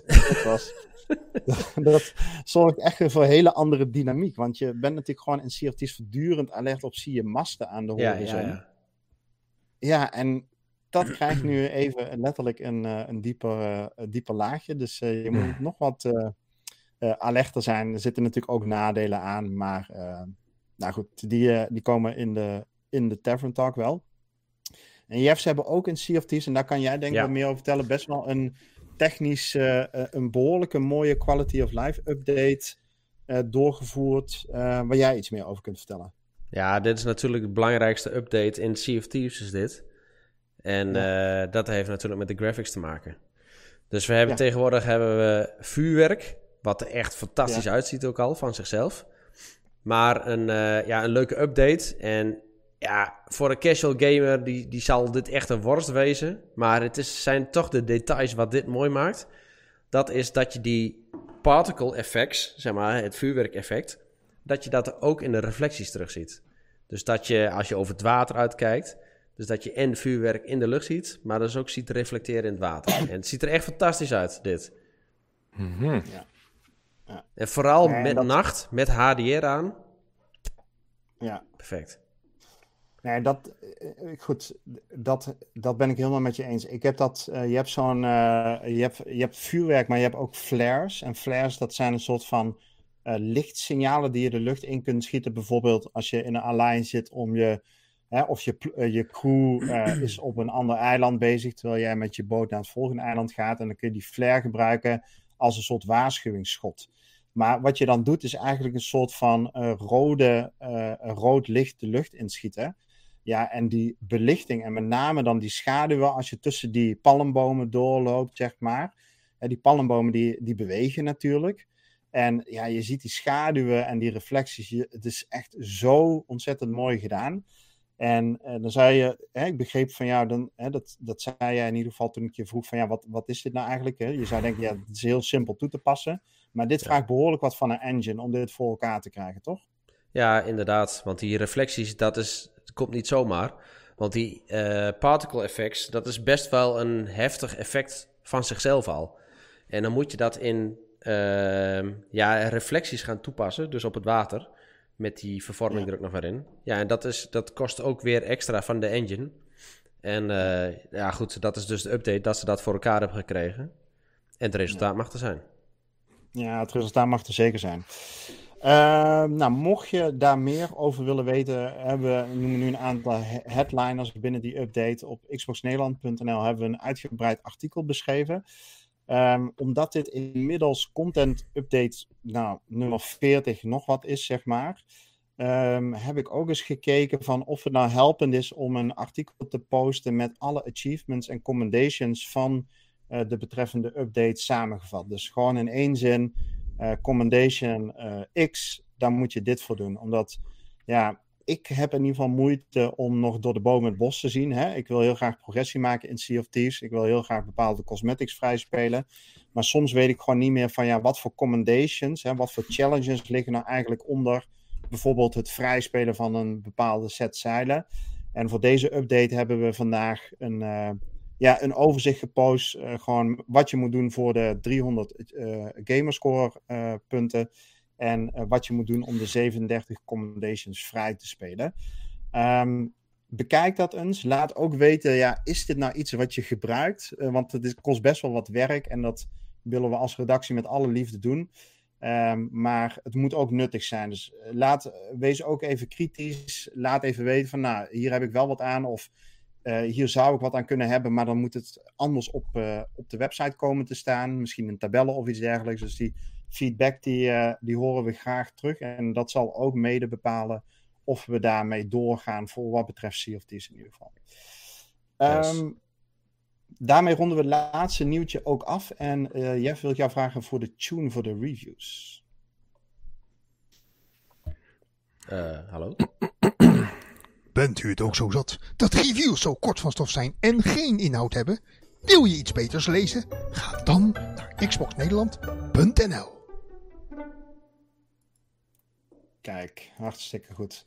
Dat zorgt echt weer voor een hele andere dynamiek. Want je bent natuurlijk gewoon in Sea of Thieves voortdurend alert op, zie je masten aan de horizon. Ja, en dat krijgt nu even letterlijk een dieper laagje. Dus je moet nog wat alerter zijn. Er zitten natuurlijk ook nadelen aan. Maar nou goed, die komen in de Tavern Talk wel. En Jeff, ze hebben ook in Sea of Thieves, en daar kan jij denk ik wat meer over vertellen, best wel een technisch, een behoorlijke mooie quality of life update doorgevoerd, waar jij iets meer over kunt vertellen. Ja, dit is natuurlijk de belangrijkste update in Sea of Thieves is dit. En dat heeft natuurlijk met de graphics te maken. Dus we hebben tegenwoordig vuurwerk, wat er echt fantastisch uitziet ook al van zichzelf. Maar een leuke update. En ja, voor een casual gamer die zal dit echt een worst wezen. Maar zijn toch de details wat dit mooi maakt. Dat is dat je die particle effects, zeg maar het vuurwerkeffect, dat je dat ook in de reflecties terugziet. Dus dat je, als je over het water uitkijkt, dus dat je en vuurwerk in de lucht ziet, maar dus ook ziet reflecteren in het water. En het ziet er echt fantastisch uit, dit. Mm-hmm. Ja. En vooral met nacht, met HDR aan. Ja. Perfect. Nee, dat ben ik helemaal met je eens. Ik heb je hebt vuurwerk, maar je hebt ook flares. En flares, dat zijn een soort van lichtsignalen die je de lucht in kunt schieten. Bijvoorbeeld als je in een alliance zit of je crew is op een ander eiland bezig, terwijl jij met je boot naar het volgende eiland gaat. En dan kun je die flare gebruiken als een soort waarschuwingsschot. Maar wat je dan doet, is eigenlijk een soort van rood licht de lucht inschieten. Ja, en die belichting en met name dan die schaduwen als je tussen die palmbomen doorloopt, zeg maar. Die palmbomen die bewegen natuurlijk. En ja, je ziet die schaduwen en die reflecties. Het is echt zo ontzettend mooi gedaan. En dan zei je, ik begreep van jou, dat zei jij in ieder geval toen ik je vroeg van ja, wat is dit nou eigenlijk? Hè? Je zou denken, ja, het is heel simpel toe te passen. Maar dit vraagt behoorlijk wat van een engine om dit voor elkaar te krijgen, toch? Ja, inderdaad. Want die reflecties, het komt niet zomaar. Want die particle effects, dat is best wel een heftig effect van zichzelf al. En dan moet je dat in reflecties gaan toepassen, dus op het water. Met die vervorming er ook nog maar in. Ja, en dat kost ook weer extra van de engine. En goed, dat is dus de update dat ze dat voor elkaar hebben gekregen. En het resultaat mag er zijn. Ja, het resultaat mag er zeker zijn. Mocht je daar meer over willen weten, we noemen nu een aantal headliners binnen die update. Op xboxnederland.nl hebben we een uitgebreid artikel beschreven. Omdat dit inmiddels content update nummer 40 nog wat is, zeg maar. Heb ik ook eens gekeken van of het nou helpend is om een artikel te posten met alle achievements en commendations van de betreffende update samengevat. Dus gewoon in één zin, commendation X, daar moet je dit voor doen. Omdat, ik heb in ieder geval moeite om nog door de bomen het bos te zien. Hè? Ik wil heel graag progressie maken in Sea of Thieves. Ik wil heel graag bepaalde cosmetics vrijspelen. Maar soms weet ik gewoon niet meer van wat voor commendations, wat voor challenges liggen nou eigenlijk onder bijvoorbeeld het vrijspelen van een bepaalde set zeilen. En voor deze update hebben we vandaag een overzicht gepost. Gewoon wat je moet doen voor de 300 gamerscore punten. En wat je moet doen om de 37 commendations vrij te spelen. Bekijk dat eens. Laat ook weten, is dit nou iets wat je gebruikt? Want het kost best wel wat werk. En dat willen we als redactie met alle liefde doen. Maar het moet ook nuttig zijn. Dus wees ook even kritisch. Laat even weten van, hier heb ik wel wat aan. Of hier zou ik wat aan kunnen hebben. Maar dan moet het anders op de website komen te staan. Misschien in tabellen of iets dergelijks. Dus die feedback die horen we graag terug. En dat zal ook mede bepalen of we daarmee doorgaan voor wat betreft Sea of Thieves in ieder geval. Yes. Daarmee ronden we het laatste nieuwtje ook af. En Jeff, wil ik jou vragen voor de tune voor de reviews. Hallo? Bent u het ook zo zat dat reviews zo kort van stof zijn en geen inhoud hebben? Wil je iets beters lezen? Ga dan naar xboxnederland.nl. Kijk, hartstikke goed.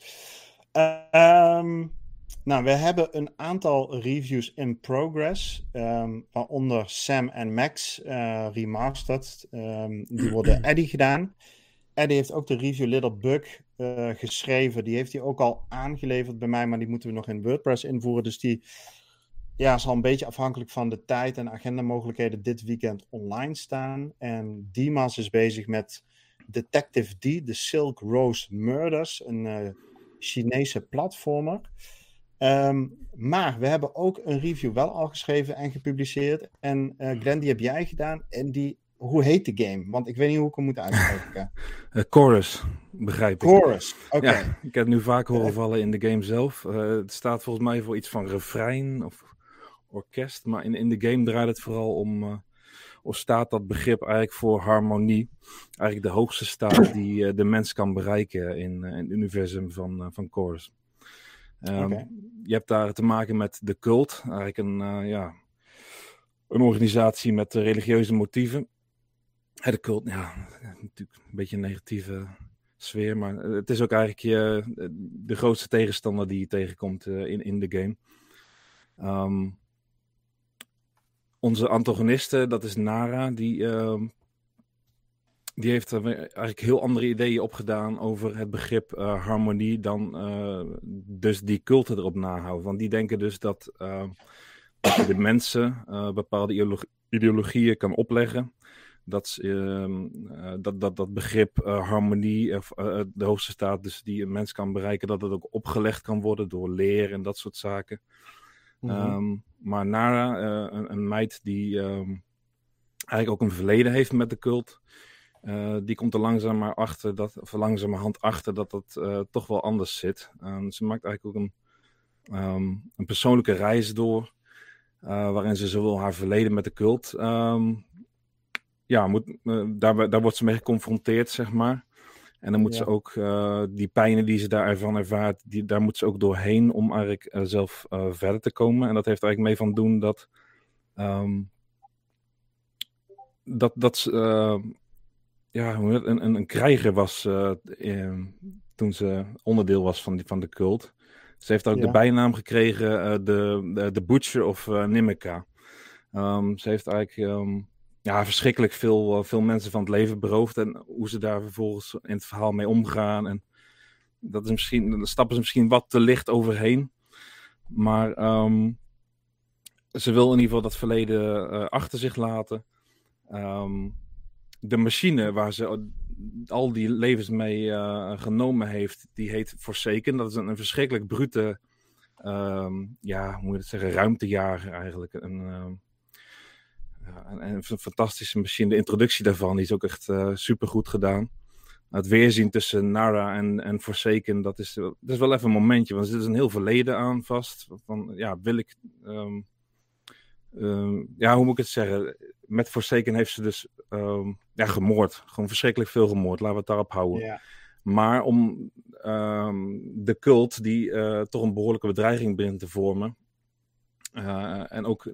Nou, we hebben een aantal reviews in progress, waaronder Sam en Max remastered. Die worden Eddie gedaan. Eddie heeft ook de review Little Bug geschreven. Die heeft hij ook al aangeleverd bij mij, maar die moeten we nog in WordPress invoeren. Dus die zal een beetje afhankelijk van de tijd en agendamogelijkheden dit weekend online staan. En Dimas is bezig met Detective D, The Silk Rose Murders, een Chinese platformer. Maar we hebben ook een review wel al geschreven en gepubliceerd. En Glenn, die heb jij gedaan. En hoe heet de game? Want ik weet niet hoe ik hem moet uitspreken. Chorus, begrijp ik. Chorus, oké. Ja, ik heb het nu vaak horen vallen in de game zelf. Het staat volgens mij voor iets van refrein of orkest. Maar in de game draait het vooral om... of staat dat begrip eigenlijk voor harmonie. Eigenlijk de hoogste staat die de mens kan bereiken in het universum van Chorus. Je hebt daar te maken met de cult. Eigenlijk een organisatie met religieuze motieven. De cult, natuurlijk een beetje een negatieve sfeer. Maar het is ook eigenlijk de grootste tegenstander die je tegenkomt in de game. Onze antagoniste, dat is Nara, die heeft eigenlijk heel andere ideeën opgedaan over het begrip harmonie dan dus die culten erop nahouden. Want die denken dus dat je de mensen bepaalde ideologieën kan opleggen. Dat begrip harmonie, de hoogste staat dus die een mens kan bereiken, dat het ook opgelegd kan worden door leer en dat soort zaken. Mm-hmm. Maar Nara, een meid die eigenlijk ook een verleden heeft met de cult, die komt er langzamerhand achter dat toch wel anders zit. Ze maakt eigenlijk ook een persoonlijke reis door, waarin ze zowel haar verleden met de cult, daar wordt ze mee geconfronteerd, zeg maar. En dan moet ze ook die pijnen die ze daarvan ervaart, daar moet ze ook doorheen om eigenlijk zelf verder te komen. En dat heeft eigenlijk mee van doen dat ze een krijger was toen ze onderdeel was van de cult. Ze heeft ook de bijnaam gekregen, de Butcher of Nimeka. Ze heeft eigenlijk verschrikkelijk veel mensen van het leven beroofd. En hoe ze daar vervolgens in het verhaal mee omgaan. En daar stappen ze misschien wat te licht overheen. Maar ze wil in ieder geval dat verleden achter zich laten. De machine waar ze al die levens mee genomen heeft, die heet Forsaken. Dat is een verschrikkelijk brute, hoe moet je het zeggen, ruimtejager eigenlijk. Een fantastische machine. De introductie daarvan die is ook echt supergoed gedaan. Het weerzien tussen Nara en Forsaken, dat is wel even een momentje. Want er zit een heel verleden aan vast. Wil ik... hoe moet ik het zeggen? Met Forsaken heeft ze dus gemoord. Gewoon verschrikkelijk veel gemoord. Laten we het daarop houden. Yeah. Maar om de cult, die toch een behoorlijke bedreiging begint te vormen. En ook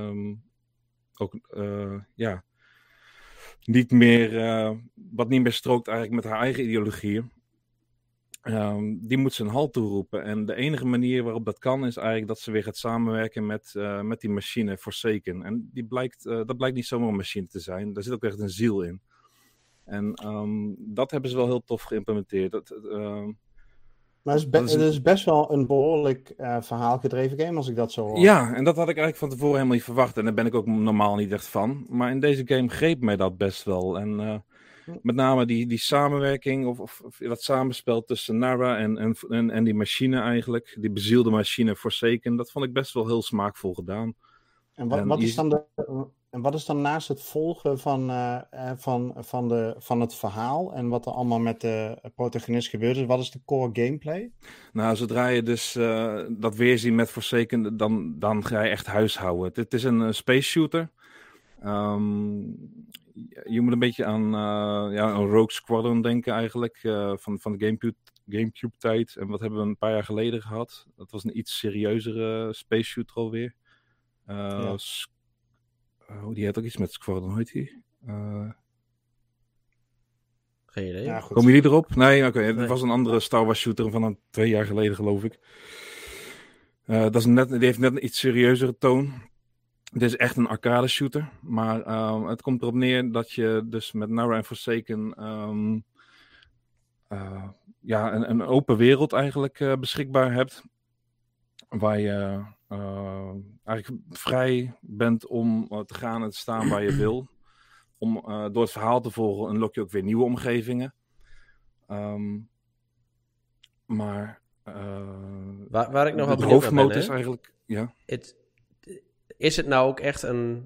niet meer, wat niet meer strookt eigenlijk met haar eigen ideologieën. Die moet ze een halt toeroepen. En de enige manier waarop dat kan is eigenlijk dat ze weer gaat samenwerken met die machine Forsaken. En dat blijkt niet zomaar een machine te zijn. Daar zit ook echt een ziel in. En dat hebben ze wel heel tof geïmplementeerd. Maar het is best wel een behoorlijk verhaalgedreven game als ik dat zo hoor. Ja, en dat had ik eigenlijk van tevoren helemaal niet verwacht. En daar ben ik ook normaal niet echt van. Maar in deze game greep mij dat best wel. En met name die samenwerking of dat samenspel tussen Nara en die machine eigenlijk. Die bezielde machine Forsaken. Dat vond ik best wel heel smaakvol gedaan. En wat is dan En wat is dan naast het volgen van het verhaal en wat er allemaal met de protagonist gebeurt, wat is de core gameplay? Nou, zodra je dus dat weerzien met Forsaken, dan ga je echt huishouden. Het is een space shooter. Je moet een beetje aan een Rogue Squadron denken eigenlijk, van de Gamecube tijd. En wat hebben we een paar jaar geleden gehad? Dat was een iets serieuzere space shooter alweer. Die had ook iets met Squadron, hoe heet die? Geen idee. Ja, goed. Komen jullie erop? Nee, oké. Het Nee. was een andere Star Wars shooter van 2 jaar geleden, geloof ik. Die heeft net een iets serieuzere toon. Dit is echt een arcade shooter. Maar het komt erop neer dat je dus met Nara en Forsaken een open wereld eigenlijk beschikbaar hebt. Waar je eigenlijk vrij bent om te gaan en te staan waar je wil. Om door het verhaal te volgen unlock je ook weer nieuwe omgevingen. Waar ik nog wel de benieuwd naar hoofdmoot ben, is hè? eigenlijk... Ja. Is het nou ook echt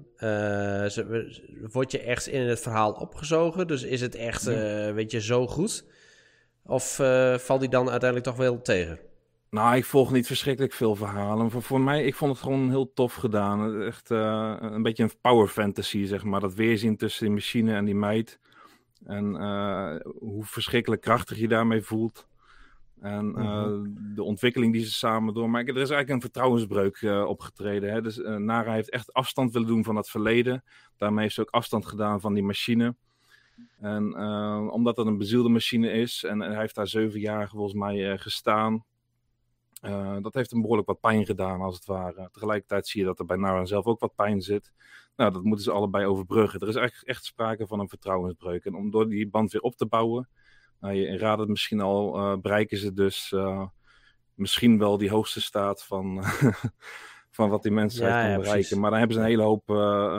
word je echt in het verhaal opgezogen? Dus is het echt, zo goed? Of valt die dan uiteindelijk toch wel tegen? Nou, ik volg niet verschrikkelijk veel verhalen. Voor mij, ik vond het gewoon heel tof gedaan. Echt een beetje een power fantasy, zeg maar. Dat weerzien tussen die machine en die meid. En hoe verschrikkelijk krachtig je daarmee voelt. En de ontwikkeling die ze samen doormaken. Er is eigenlijk een vertrouwensbreuk opgetreden. Hè? Dus Nara heeft echt afstand willen doen van het verleden. Daarmee heeft ze ook afstand gedaan van die machine. En omdat het een bezielde machine is. En hij heeft daar 7 jaar volgens mij gestaan. Dat heeft hem behoorlijk wat pijn gedaan, als het ware. Tegelijkertijd zie je dat er bij Nara zelf ook wat pijn zit. Nou, dat moeten ze allebei overbruggen. Er is eigenlijk echt sprake van een vertrouwensbreuk. En om door die band weer op te bouwen... je raadt het misschien al, bereiken ze dus misschien wel die hoogste staat van, van wat die mensen kan bereiken. Precies. Maar dan hebben ze een hele hoop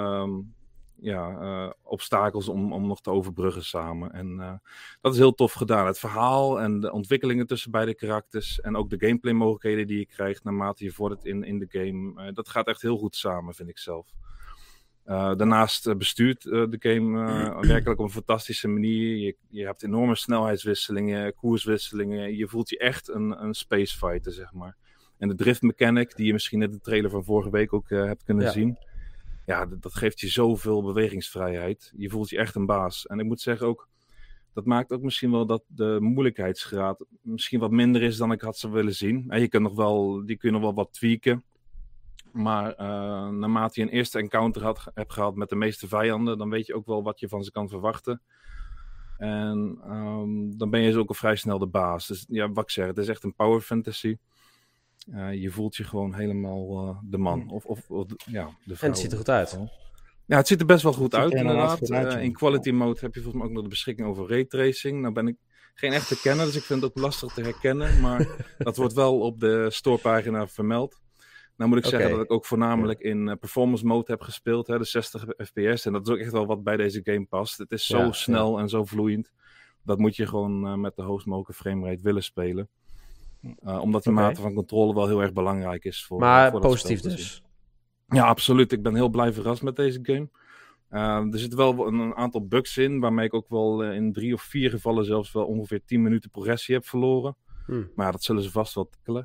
obstakels om nog te overbruggen samen. En dat is heel tof gedaan. Het verhaal en de ontwikkelingen tussen beide karakters en ook de gameplay mogelijkheden die je krijgt naarmate je vordert in de game. Dat gaat echt heel goed samen, vind ik zelf. Daarnaast bestuurt de game werkelijk op een fantastische manier. Je hebt enorme snelheidswisselingen, koerswisselingen. Je voelt je echt een space fighter, zeg maar. En de drift mechanic, die je misschien in de trailer van vorige week ook hebt kunnen zien. Ja, dat geeft je zoveel bewegingsvrijheid. Je voelt je echt een baas. En ik moet zeggen ook, dat maakt ook misschien wel dat de moeilijkheidsgraad misschien wat minder is dan ik had zou willen zien. En die kun je nog wel wat tweaken. Maar naarmate je een eerste encounter hebt gehad met de meeste vijanden, dan weet je ook wel wat je van ze kan verwachten. En dan ben je dus ook al vrij snel de baas. Dus ja, wat ik zeg, het is echt een power fantasy. Je voelt je gewoon helemaal de man. Of de vrouw. En het ziet er goed uit. Ja, het ziet er best wel goed Het ziet uit, er inderdaad inderdaad. goed uit, ja. In quality mode heb je volgens mij ook nog de beschikking over raytracing. Nou ben ik geen echte kenner, dus ik vind het ook lastig te herkennen. Maar dat wordt wel op de storepagina vermeld. Nou moet ik zeggen dat ik ook voornamelijk in performance mode heb gespeeld. Hè, de 60 fps. En dat is ook echt wel wat bij deze game past. Het is zo snel en zo vloeiend. Dat moet je gewoon met de hoogst mogelijke framerate willen spelen. Omdat die mate van controle wel heel erg belangrijk is. Maar voor positief dus. Ja, absoluut. Ik ben heel blij verrast met deze game. Er zitten wel een aantal bugs in. Waarmee ik ook wel in 3 of 4 gevallen zelfs wel ongeveer 10 minuten progressie heb verloren. Maar ja, dat zullen ze vast wel tackelen.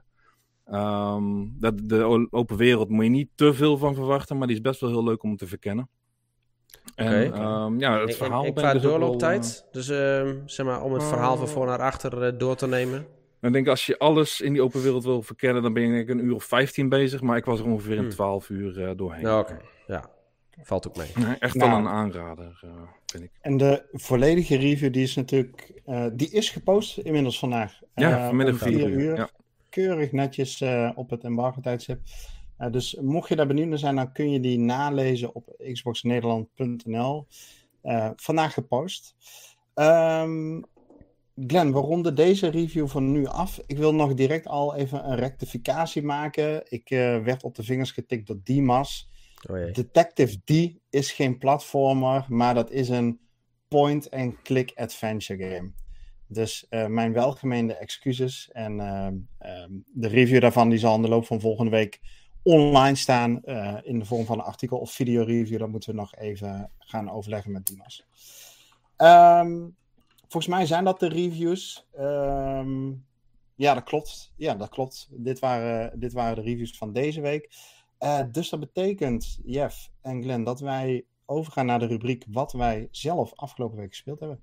De open wereld moet je niet te veel van verwachten, maar die is best wel heel leuk om te verkennen. Het verhaal... En qua doorlooptijd? Dus zeg maar, om het verhaal van voor naar achter door te nemen? Ik denk als je alles in die open wereld wil verkennen, dan ben je denk ik 1 uur of 15 bezig, maar ik was er ongeveer in 12 uur doorheen. Oké, ja. Valt ook mee. Echt wel een aanrader, vind ik. En de volledige review, die is natuurlijk... die is gepost inmiddels vandaag. Ja, vanmiddag 4 uur. Ja. Keurig netjes op het embargo-tijdstip. Dus mocht je daar benieuwd naar zijn, dan kun je die nalezen op xboxnederland.nl. Vandaag gepost. Glenn, we ronden deze review van nu af. Ik wil nog direct al even een rectificatie maken. Ik werd op de vingers getikt door Dimas. Detective D is geen platformer, maar dat is een point-and-click adventure game. Dus mijn welgemeende excuses. En de review daarvan die zal in de loop van volgende week online staan in de vorm van een artikel of videoreview. Dat moeten we nog even gaan overleggen met Dimas. Volgens mij zijn dat de reviews. Ja, dat klopt. Dit waren de reviews van deze week. Dus dat betekent, Jeff en Glenn, dat wij overgaan naar de rubriek wat wij zelf afgelopen week gespeeld hebben.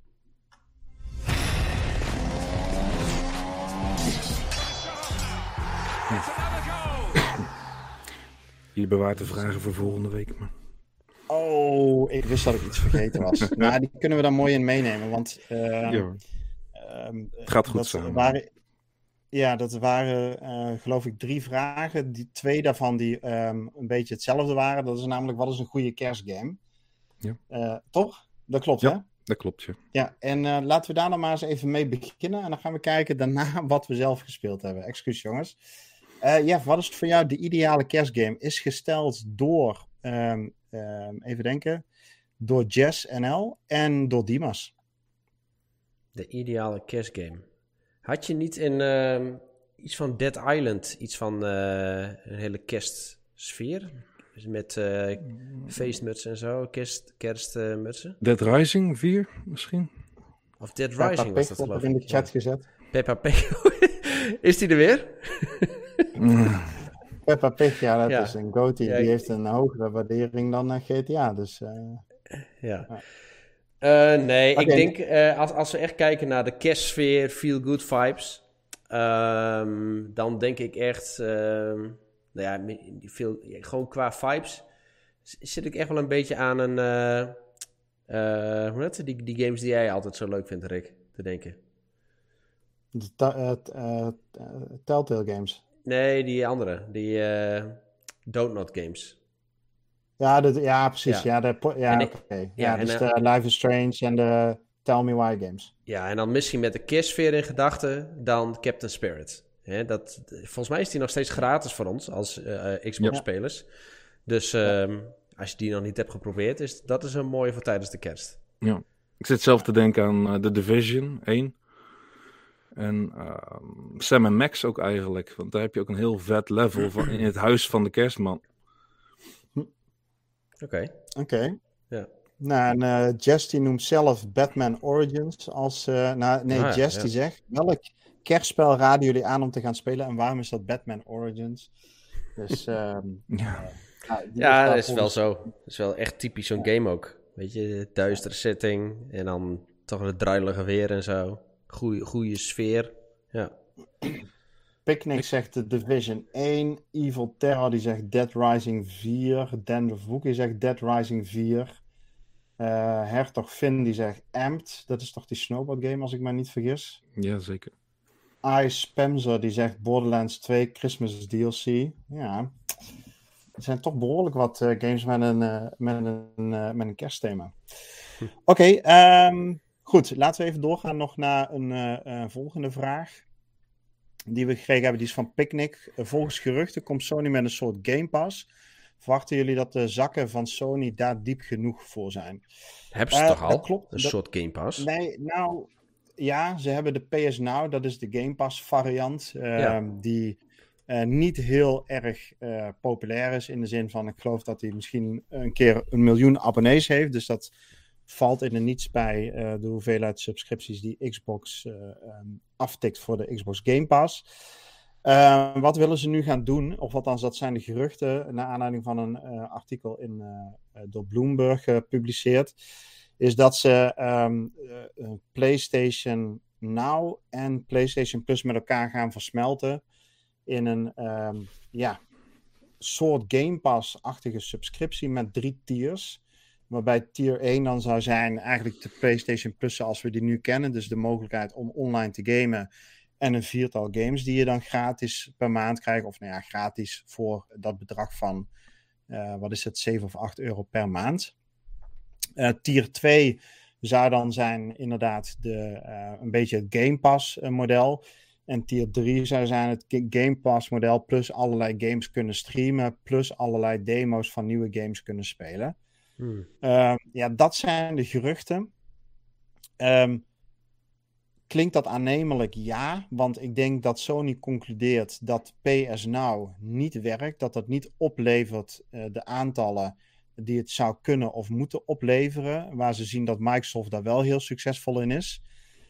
Je bewaart de vragen voor volgende week. Maar... Oh, ik wist dat ik iets vergeten was. Maar die kunnen we dan mooi in meenemen, want... het gaat goed samen. Dat waren geloof ik 3 vragen. 2 daarvan die een beetje hetzelfde waren. Dat is namelijk, wat is een goede kerstgame? Ja. Toch? Dat klopt, ja, hè? Dat klopt, ja. Ja, en laten we daar dan maar eens even mee beginnen. En dan gaan we kijken daarna wat we zelf gespeeld hebben. Excuus, jongens. Jeff, wat is voor jou de ideale kerstgame? Is gesteld door, even denken, door Jess NL en door Dimas. De ideale kerstgame. Had je niet in iets van Dead Island, iets van een hele kerstsfeer? Dus met feestmutsen en zo, kerstmutsen? Dead Rising 4 misschien? Of Dead Rising was dat geloof ik. In de chat gezet. Peppa Pig. Is die er weer? Peppa Pig, ja, dat is een GOTY. Die heeft een hogere waardering dan GTA. Dus, nee, ik denk als we echt kijken naar de kerstsfeer, feel-good vibes, dan denk ik echt, gewoon qua vibes zit ik echt wel een beetje aan een, hoe heet het? Die games die jij altijd zo leuk vindt, Rick, te denken. De Telltale games. Nee, die andere, die Don't Not games. Ja, precies. Ja, dus de Life is Strange en de Tell Me Why games. Ja, en dan misschien met de kerstsfeer in gedachten dan Captain Spirit. Volgens mij is die nog steeds gratis voor ons als Xbox-spelers. Dus als je die nog niet hebt geprobeerd, dat is een mooie voor tijdens de kerst. Ja, ik zit zelf te denken aan The Division 1. En Sam & Max ook eigenlijk. Want daar heb je ook een heel vet level van in het huis van de kerstman. Oké. Ja. Nou, en Jess die noemt zelf Batman Origins als... Jess die zegt, welk kerstspel raden jullie aan om te gaan spelen en waarom is dat Batman Origins? Dus... dat is wel zo. Dat is wel echt typisch zo'n game ook. Weet je, duistere setting en dan toch een druilige weer en zo. Goede sfeer. Ja. Picnic zegt The Division 1. Evil Terror die zegt Dead Rising 4. Dan de Voek die zegt Dead Rising 4. Hertog Finn die zegt Amped. Dat is toch die snowboard game als ik me niet vergis? Ja, zeker. Ice Spencer die zegt Borderlands 2 Christmas DLC. Ja. Er zijn toch behoorlijk wat games met een kerstthema. Oké, goed. Laten we even doorgaan nog naar een volgende vraag. Die we gekregen hebben, die is van Picnic. Volgens geruchten komt Sony met een soort Game Pass. Verwachten jullie dat de zakken van Sony daar diep genoeg voor zijn? Hebben ze toch al? Klopt. Een soort Game Pass? Nee, nou... Ja, ze hebben de PS Now. Dat is de Game Pass variant. Die niet heel erg populair is. In de zin van, ik geloof dat hij misschien een keer 1 miljoen abonnees heeft. Dus dat valt in de niets bij de hoeveelheid subscripties die Xbox aftikt voor de Xbox Game Pass. Wat willen ze nu gaan doen? Of althans, dat zijn de geruchten naar aanleiding van een artikel door Bloomberg gepubliceerd. Is dat ze PlayStation Now en PlayStation Plus met elkaar gaan versmelten in een soort Game Pass-achtige subscriptie met 3 tiers. Waarbij tier 1 dan zou zijn eigenlijk de PlayStation Plus zoals we die nu kennen. Dus de mogelijkheid om online te gamen en een 4-tal games die je dan gratis per maand krijgt. Of gratis voor dat bedrag van, wat is het, 7 of 8 euro per maand. Tier 2 zou dan zijn inderdaad een beetje het Game Pass model. En tier 3 zou zijn het Game Pass model plus allerlei games kunnen streamen. Plus allerlei demo's van nieuwe games kunnen spelen. Dat zijn de geruchten. Klinkt dat aannemelijk? Ja, want ik denk dat Sony concludeert dat PS Now niet werkt, dat dat niet oplevert de aantallen die het zou kunnen of moeten opleveren, waar ze zien dat Microsoft daar wel heel succesvol in is.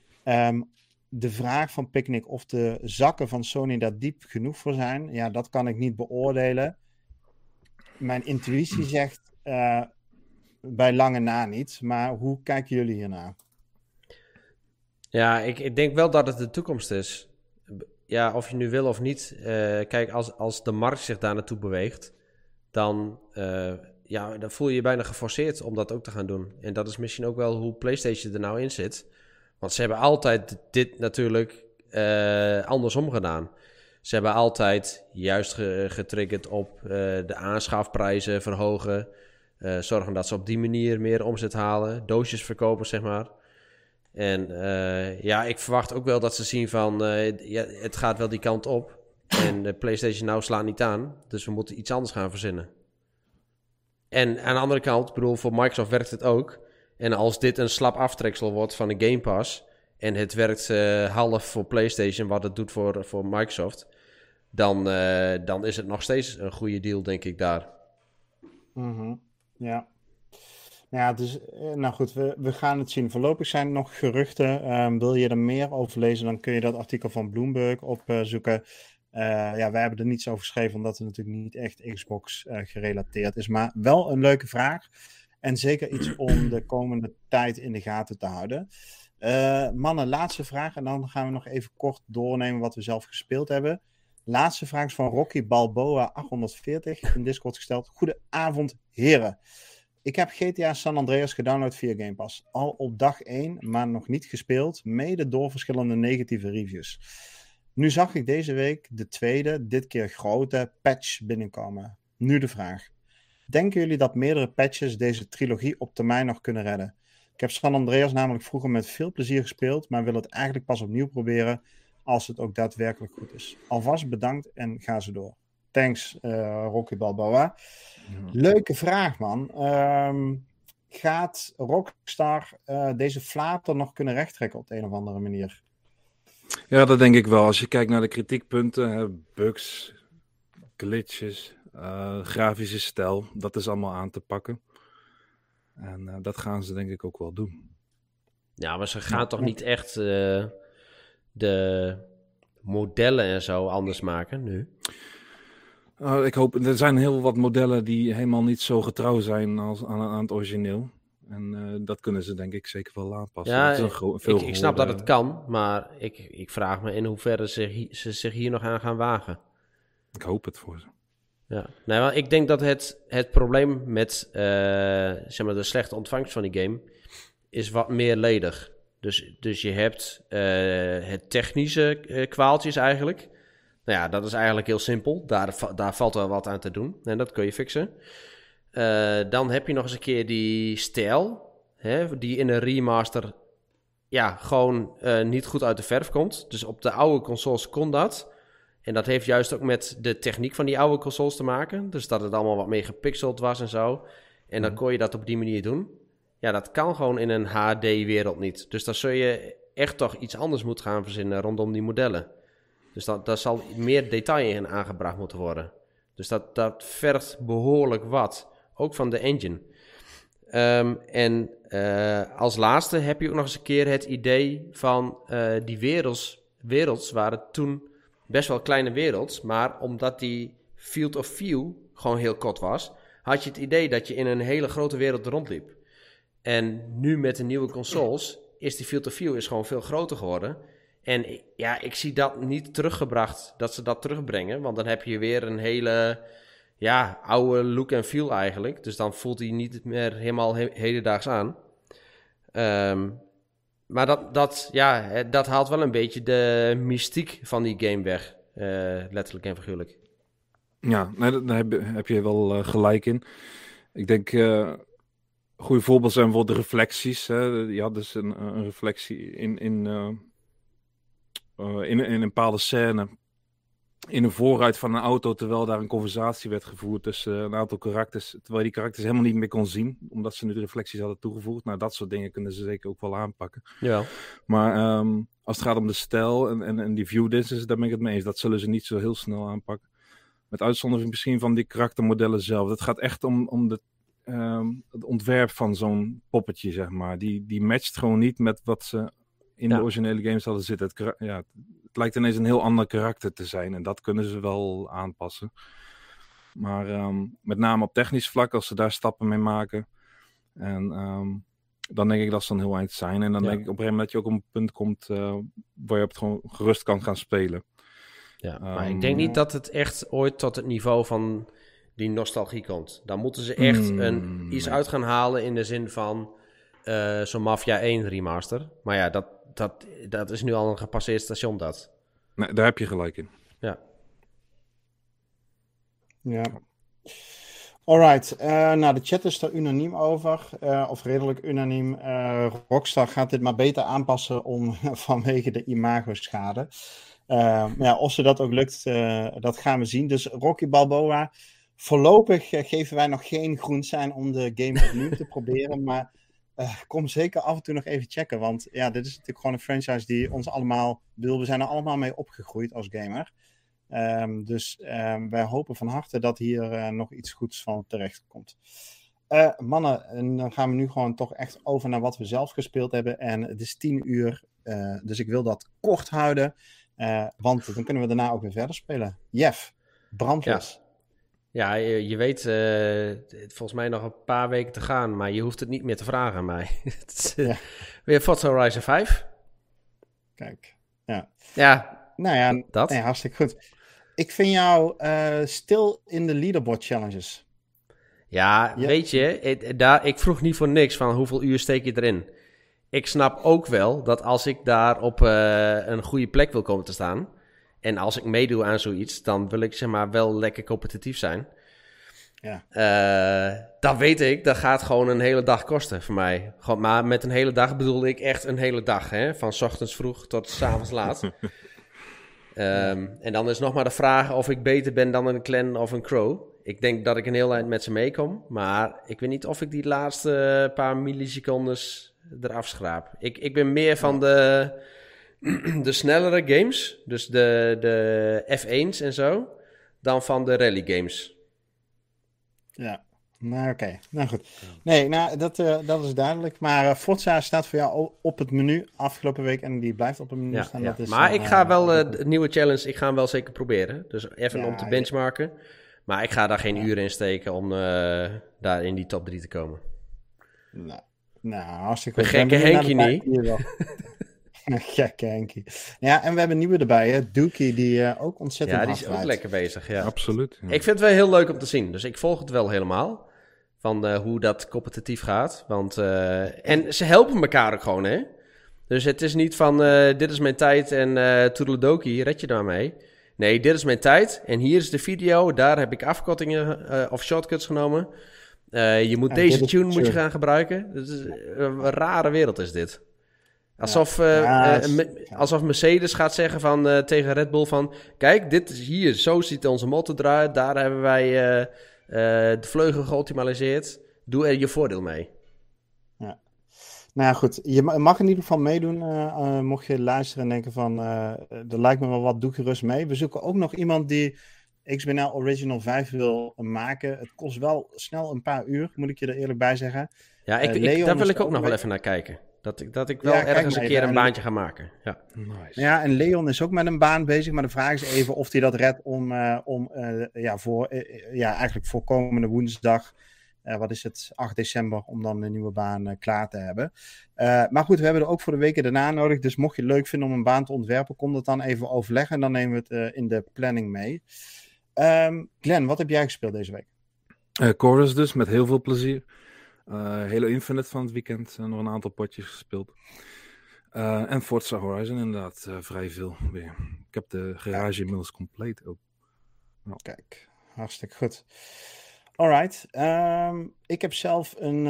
De vraag van Picnic of de zakken van Sony daar diep genoeg voor zijn, ja, dat kan ik niet beoordelen. Mijn intuïtie zegt bij lange na niet, maar hoe kijken jullie hiernaar? Ja, ik denk wel dat het de toekomst is. Ja, of je nu wil of niet. Kijk, als de markt zich daar naartoe beweegt, dan voel je je bijna geforceerd om dat ook te gaan doen. En dat is misschien ook wel hoe PlayStation er nou in zit. Want ze hebben altijd dit natuurlijk andersom gedaan. Ze hebben altijd juist getriggerd op de aanschafprijzen verhogen. Zorgen dat ze op die manier meer omzet halen. Doosjes verkopen, zeg maar. En ik verwacht ook wel dat ze zien van... het gaat wel die kant op. En de PlayStation Now slaat niet aan. Dus we moeten iets anders gaan verzinnen. En aan de andere kant, ik bedoel, voor Microsoft werkt het ook. En als dit een slap aftreksel wordt van de Game Pass... en het werkt half voor PlayStation, wat het doet voor Microsoft... dan is het nog steeds een goede deal, denk ik, daar. Mm-hmm. Ja. Ja, dus, nou goed, we gaan het zien. Voorlopig zijn er nog geruchten. Wil je er meer over lezen, dan kun je dat artikel van Bloomberg opzoeken. Wij hebben er niets over geschreven, omdat het natuurlijk niet echt Xbox gerelateerd is. Maar wel een leuke vraag. En zeker iets om de komende tijd in de gaten te houden. Mannen, laatste vraag. En dan gaan we nog even kort doornemen wat we zelf gespeeld hebben. Laatste vraag is van Rocky Balboa 840 in Discord gesteld. Goedenavond, heren. Ik heb GTA San Andreas gedownload via Game Pass. Al op dag 1, maar nog niet gespeeld. Mede door verschillende negatieve reviews. Nu zag ik deze week de tweede, dit keer grote, patch binnenkomen. Nu de vraag. Denken jullie dat meerdere patches deze trilogie op termijn nog kunnen redden? Ik heb San Andreas namelijk vroeger met veel plezier gespeeld, maar wil het eigenlijk pas opnieuw proberen als het ook daadwerkelijk goed is. Alvast bedankt en ga zo door. Thanks, Rocky Balboa. Leuke vraag, man. Gaat Rockstar deze flater nog kunnen rechttrekken op de een of andere manier? Ja, dat denk ik wel. Als je kijkt naar de kritiekpunten, bugs, glitches, grafische stijl, dat is allemaal aan te pakken. En dat gaan ze denk ik ook wel doen. Ja, maar ze gaan toch niet echt de modellen en zo anders maken nu? Ik hoop, er zijn heel wat modellen die helemaal niet zo getrouw zijn als aan het origineel. En dat kunnen ze denk ik zeker wel aanpassen. Ja, ik snap dat het kan, maar ik vraag me in hoeverre ze zich hier nog aan gaan wagen. Ik hoop het voor ze. Ja, nou, ik denk dat het probleem met de slechte ontvangst van die game is wat meerledig. Dus je hebt het technische kwaaltjes eigenlijk. Nou ja, dat is eigenlijk heel simpel. Daar valt wel wat aan te doen. En dat kun je fixen. Dan heb je nog eens een keer die stijl. Die in een remaster gewoon niet goed uit de verf komt. Dus op de oude consoles kon dat. En dat heeft juist ook met de techniek van die oude consoles te maken. Dus dat het allemaal wat meer gepixeld was en zo. En dan kon je dat op die manier doen. Ja, dat kan gewoon in een HD-wereld niet. Dus dan zul je echt toch iets anders moeten gaan verzinnen rondom die modellen. Dus daar zal meer detail in aangebracht moeten worden. Dus dat vergt behoorlijk wat. Ook van de engine. Als laatste heb je ook nog eens een keer het idee van die werelds waren toen best wel kleine werelds. Maar omdat die field of view gewoon heel kort was, had je het idee dat je in een hele grote wereld rondliep. En nu met de nieuwe consoles is die field of view gewoon veel groter geworden. En ja, ik zie dat niet teruggebracht, dat ze dat terugbrengen. Want dan heb je weer een hele oude look en feel eigenlijk. Dus dan voelt hij niet meer helemaal hedendaags aan. Maar dat haalt wel een beetje de mystiek van die game weg. Letterlijk en figuurlijk. Ja, daar heb je wel gelijk in. Ik denk, goede voorbeelden zijn bijvoorbeeld de reflecties. Hè. Je had dus een reflectie in een bepaalde scène. in de voorruit van een auto, terwijl daar een conversatie werd gevoerd tussen een aantal karakters, terwijl die karakters helemaal niet meer kon zien, omdat ze nu de reflecties hadden toegevoegd. Nou, dat soort dingen kunnen ze zeker ook wel aanpakken. Ja. Maar als het gaat om de stijl en die view distances, daar ben ik het mee eens. Dat zullen ze niet zo heel snel aanpakken. Met uitzondering misschien van die karaktermodellen zelf. Het gaat echt om het ontwerp van zo'n poppetje, zeg maar. Die matcht gewoon niet met wat ze in de originele games hadden zitten. Het lijkt ineens een heel ander karakter te zijn. En dat kunnen ze wel aanpassen. Maar met name op technisch vlak, als ze daar stappen mee maken. En dan denk ik dat ze dan heel eind zijn. En dan denk ik op een gegeven moment dat je ook op een punt komt waar je op het gewoon gerust kan gaan spelen. Ja, maar ik denk niet dat het echt ooit tot het niveau van die nostalgie komt. Dan moeten ze echt iets uit gaan halen in de zin van zo'n Mafia 1 remaster. Maar ja, dat is nu al een gepasseerd station, dat. Nee, daar heb je gelijk in. Ja. Ja. Alright, nou de chat is er unaniem over, of redelijk unaniem. Rockstar gaat dit maar beter aanpassen vanwege de imago-schade. Ja, of ze dat ook lukt, dat gaan we zien. Dus Rocky Balboa, voorlopig geven wij nog geen groen sein om de game opnieuw te proberen, maar kom zeker af en toe nog even checken, want ja, dit is natuurlijk gewoon een franchise die ons allemaal wil. We zijn er allemaal mee opgegroeid als gamer. Dus wij hopen van harte dat hier nog iets goeds van terecht komt. Mannen, en dan gaan we nu gewoon toch echt over naar wat we zelf gespeeld hebben. En het is 10 uur, dus ik wil dat kort houden. Want dan kunnen we daarna ook weer verder spelen. Jeff, brandlos. Ja, je weet, volgens mij nog een paar weken te gaan, maar je hoeft het niet meer te vragen aan mij. Weer Forza Horizon 5. Kijk, ja. Ja, nou ja, dat. Nee, hartstikke goed. Ik vind jou stil in de leaderboard challenges. Ja, weet je, ik vroeg niet voor niks van hoeveel uur steek je erin. Ik snap ook wel dat als ik daar op een goede plek wil komen te staan, en als ik meedoe aan zoiets, dan wil ik zeg maar wel lekker competitief zijn. Ja. Dan weet ik, dat gaat gewoon een hele dag kosten voor mij. Gewoon, maar met een hele dag bedoelde ik echt een hele dag, hè? Van 's ochtends vroeg tot 's avonds laat. En dan is nog maar de vraag of ik beter ben dan een Clan of een Crow. Ik denk dat ik een heel eind met ze meekom. Maar ik weet niet of ik die laatste paar millisecondes eraf schraap. Ik ben meer van de snellere games. Dus de F1's en zo. Dan van de rally games. Ja. Nou, oké. Nou goed. Nee, nou, dat is duidelijk. Maar Forza staat voor jou op het menu afgelopen week en die blijft op het menu staan. Ja. Dat is, maar ik ga wel de nieuwe challenge, ik ga hem wel zeker proberen. Dus even om te benchmarken. Maar ik ga daar geen uren in steken om daar in die top 3 te komen. Nou, hartstikke goed. Gekke Henkie niet. Gekke Henkie. Ja, en we hebben een nieuwe erbij, hè? Dookie, die ook ontzettend hard die is ook lekker bezig, ja. Absoluut. Ja. Ik vind het wel heel leuk om te zien. Dus ik volg het wel helemaal. Van hoe dat competitief gaat. Want, en ze helpen elkaar ook gewoon, hè. Dus het is niet van, dit is mijn tijd en toedeledokie, red je daarmee. Nee, dit is mijn tijd en hier is de video. Daar heb ik afkortingen of shortcuts genomen. Je moet deze tune moet je gaan gebruiken. Dat is, een rare wereld is dit. Alsof Mercedes gaat zeggen van, tegen Red Bull van, kijk, dit is hier, zo ziet onze motor eruit. Daar hebben wij de vleugel geoptimaliseerd. Doe er je voordeel mee. Ja. Nou ja, goed. Je mag in ieder geval meedoen. Mocht je luisteren en denken van, er lijkt me wel wat, doe gerust mee. We zoeken ook nog iemand die XBNL Original 5 wil maken. Het kost wel snel een paar uur, moet ik je er eerlijk bij zeggen. Ja, daar wil ik ook nog wel even naar kijken. Dat ik wel ergens een keer een baantje ga maken. Ja. Nice. Ja, en Leon is ook met een baan bezig. Maar de vraag is even of hij dat redt eigenlijk voor komende woensdag. Wat is het? 8 december. Om dan een nieuwe baan klaar te hebben. Maar goed, we hebben er ook voor de weken daarna nodig. Dus mocht je het leuk vinden om een baan te ontwerpen, kom dat dan even overleggen. En dan nemen we het in de planning mee. Glenn, wat heb jij gespeeld deze week? Chorus dus, met heel veel plezier. Halo Infinite van het weekend. Nog een aantal potjes gespeeld. En Forza Horizon inderdaad. Vrij veel weer. Ik heb de garage inmiddels compleet ook. Nou. Kijk, hartstikke goed. Alright. Ik heb zelf een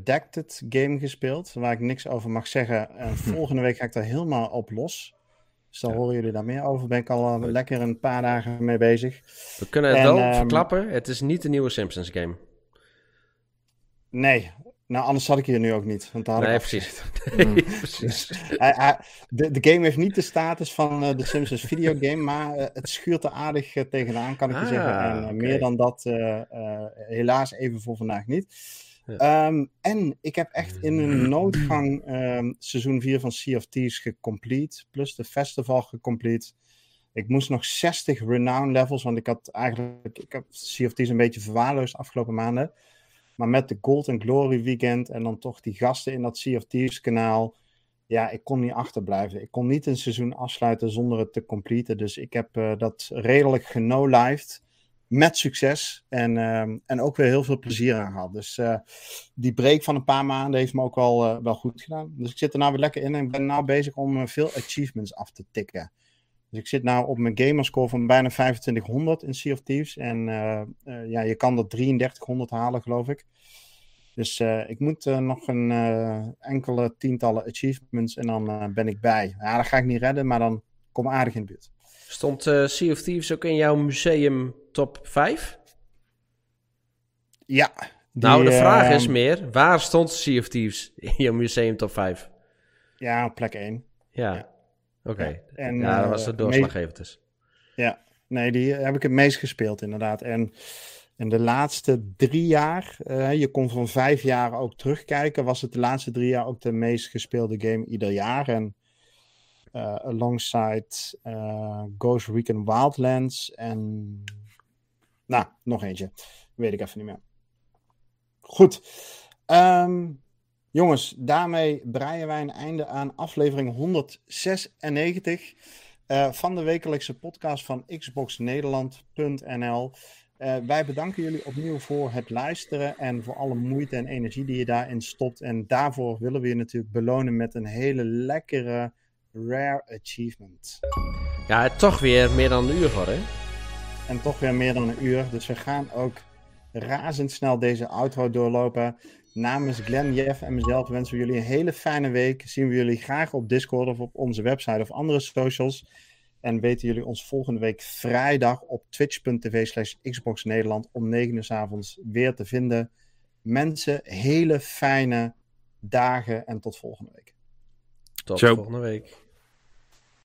redacted game gespeeld. Waar ik niks over mag zeggen. Volgende week ga ik daar helemaal op los. Dus daar Ja. horen jullie daar meer over. Ben ik al lekker een paar dagen mee bezig. We kunnen het En, wel verklappen. Het is niet de nieuwe Simpsons game. Nee, nou anders zat ik hier nu ook niet. Want daar had Nee, ik precies. Mm. Nee, precies. de game heeft niet de status van de Simpsons videogame, maar het schuurt er aardig tegenaan, kan ik je zeggen. En oké. meer dan dat helaas even voor vandaag niet. Ja. En ik heb echt in een noodgang seizoen 4 van Sea of Thieves gecomplete, plus de festival gecomplete. Ik moest nog 60 renown levels, want ik heb Sea of Thieves een beetje verwaarloosd de afgelopen maanden. Maar met de Gold and Glory weekend en dan toch die gasten in dat Sea of Thieves kanaal. Ja, ik kon niet achterblijven. Ik kon niet een seizoen afsluiten zonder het te completen. Dus ik heb dat redelijk geno-lived. Met succes. En ook weer heel veel plezier aan gehad. Dus die break van een paar maanden heeft me ook wel goed gedaan. Dus ik zit er nou weer lekker in. En ik ben nou bezig om veel achievements af te tikken. Dus ik zit nou op mijn gamerscore van bijna 2500 in Sea of Thieves. En je kan dat 3300 halen, geloof ik. Dus ik moet nog een enkele tientallen achievements en dan ben ik bij. Ja, dat ga ik niet redden, maar dan kom ik aardig in de buurt. Stond Sea of Thieves ook in jouw museum top 5? Ja. Nou, de vraag is meer, waar stond Sea of Thieves in jouw museum top 5? Ja, op plek 1. Ja, oké. Ja, en, Ja, dat was het doorslaggevend dus. Ja, nee, die heb ik het meest gespeeld inderdaad. En de laatste 3 jaar, je kon van 5 jaar ook terugkijken, was het de laatste 3 jaar ook de meest gespeelde game ieder jaar. En alongside Ghost Recon Wildlands en nog eentje. Weet ik even niet meer. Goed. Jongens, daarmee breien wij een einde aan aflevering 196 van de wekelijkse podcast van xboxnederland.nl. Wij bedanken jullie opnieuw voor het luisteren en voor alle moeite en energie die je daarin stopt. En daarvoor willen we je natuurlijk belonen met een hele lekkere rare achievement. Ja, toch weer meer dan een uur voor, hè? En toch weer meer dan een uur. Dus we gaan ook razendsnel deze outro doorlopen. Namens Glenn, Jeff en mezelf wensen we jullie een hele fijne week. Zien we jullie graag op Discord of op onze website of andere socials. En weten jullie ons volgende week vrijdag op twitch.tv/Xbox Nederland om 9 uur 's avonds weer te vinden. Mensen, hele fijne dagen en tot volgende week. Tot Ciao. volgende week.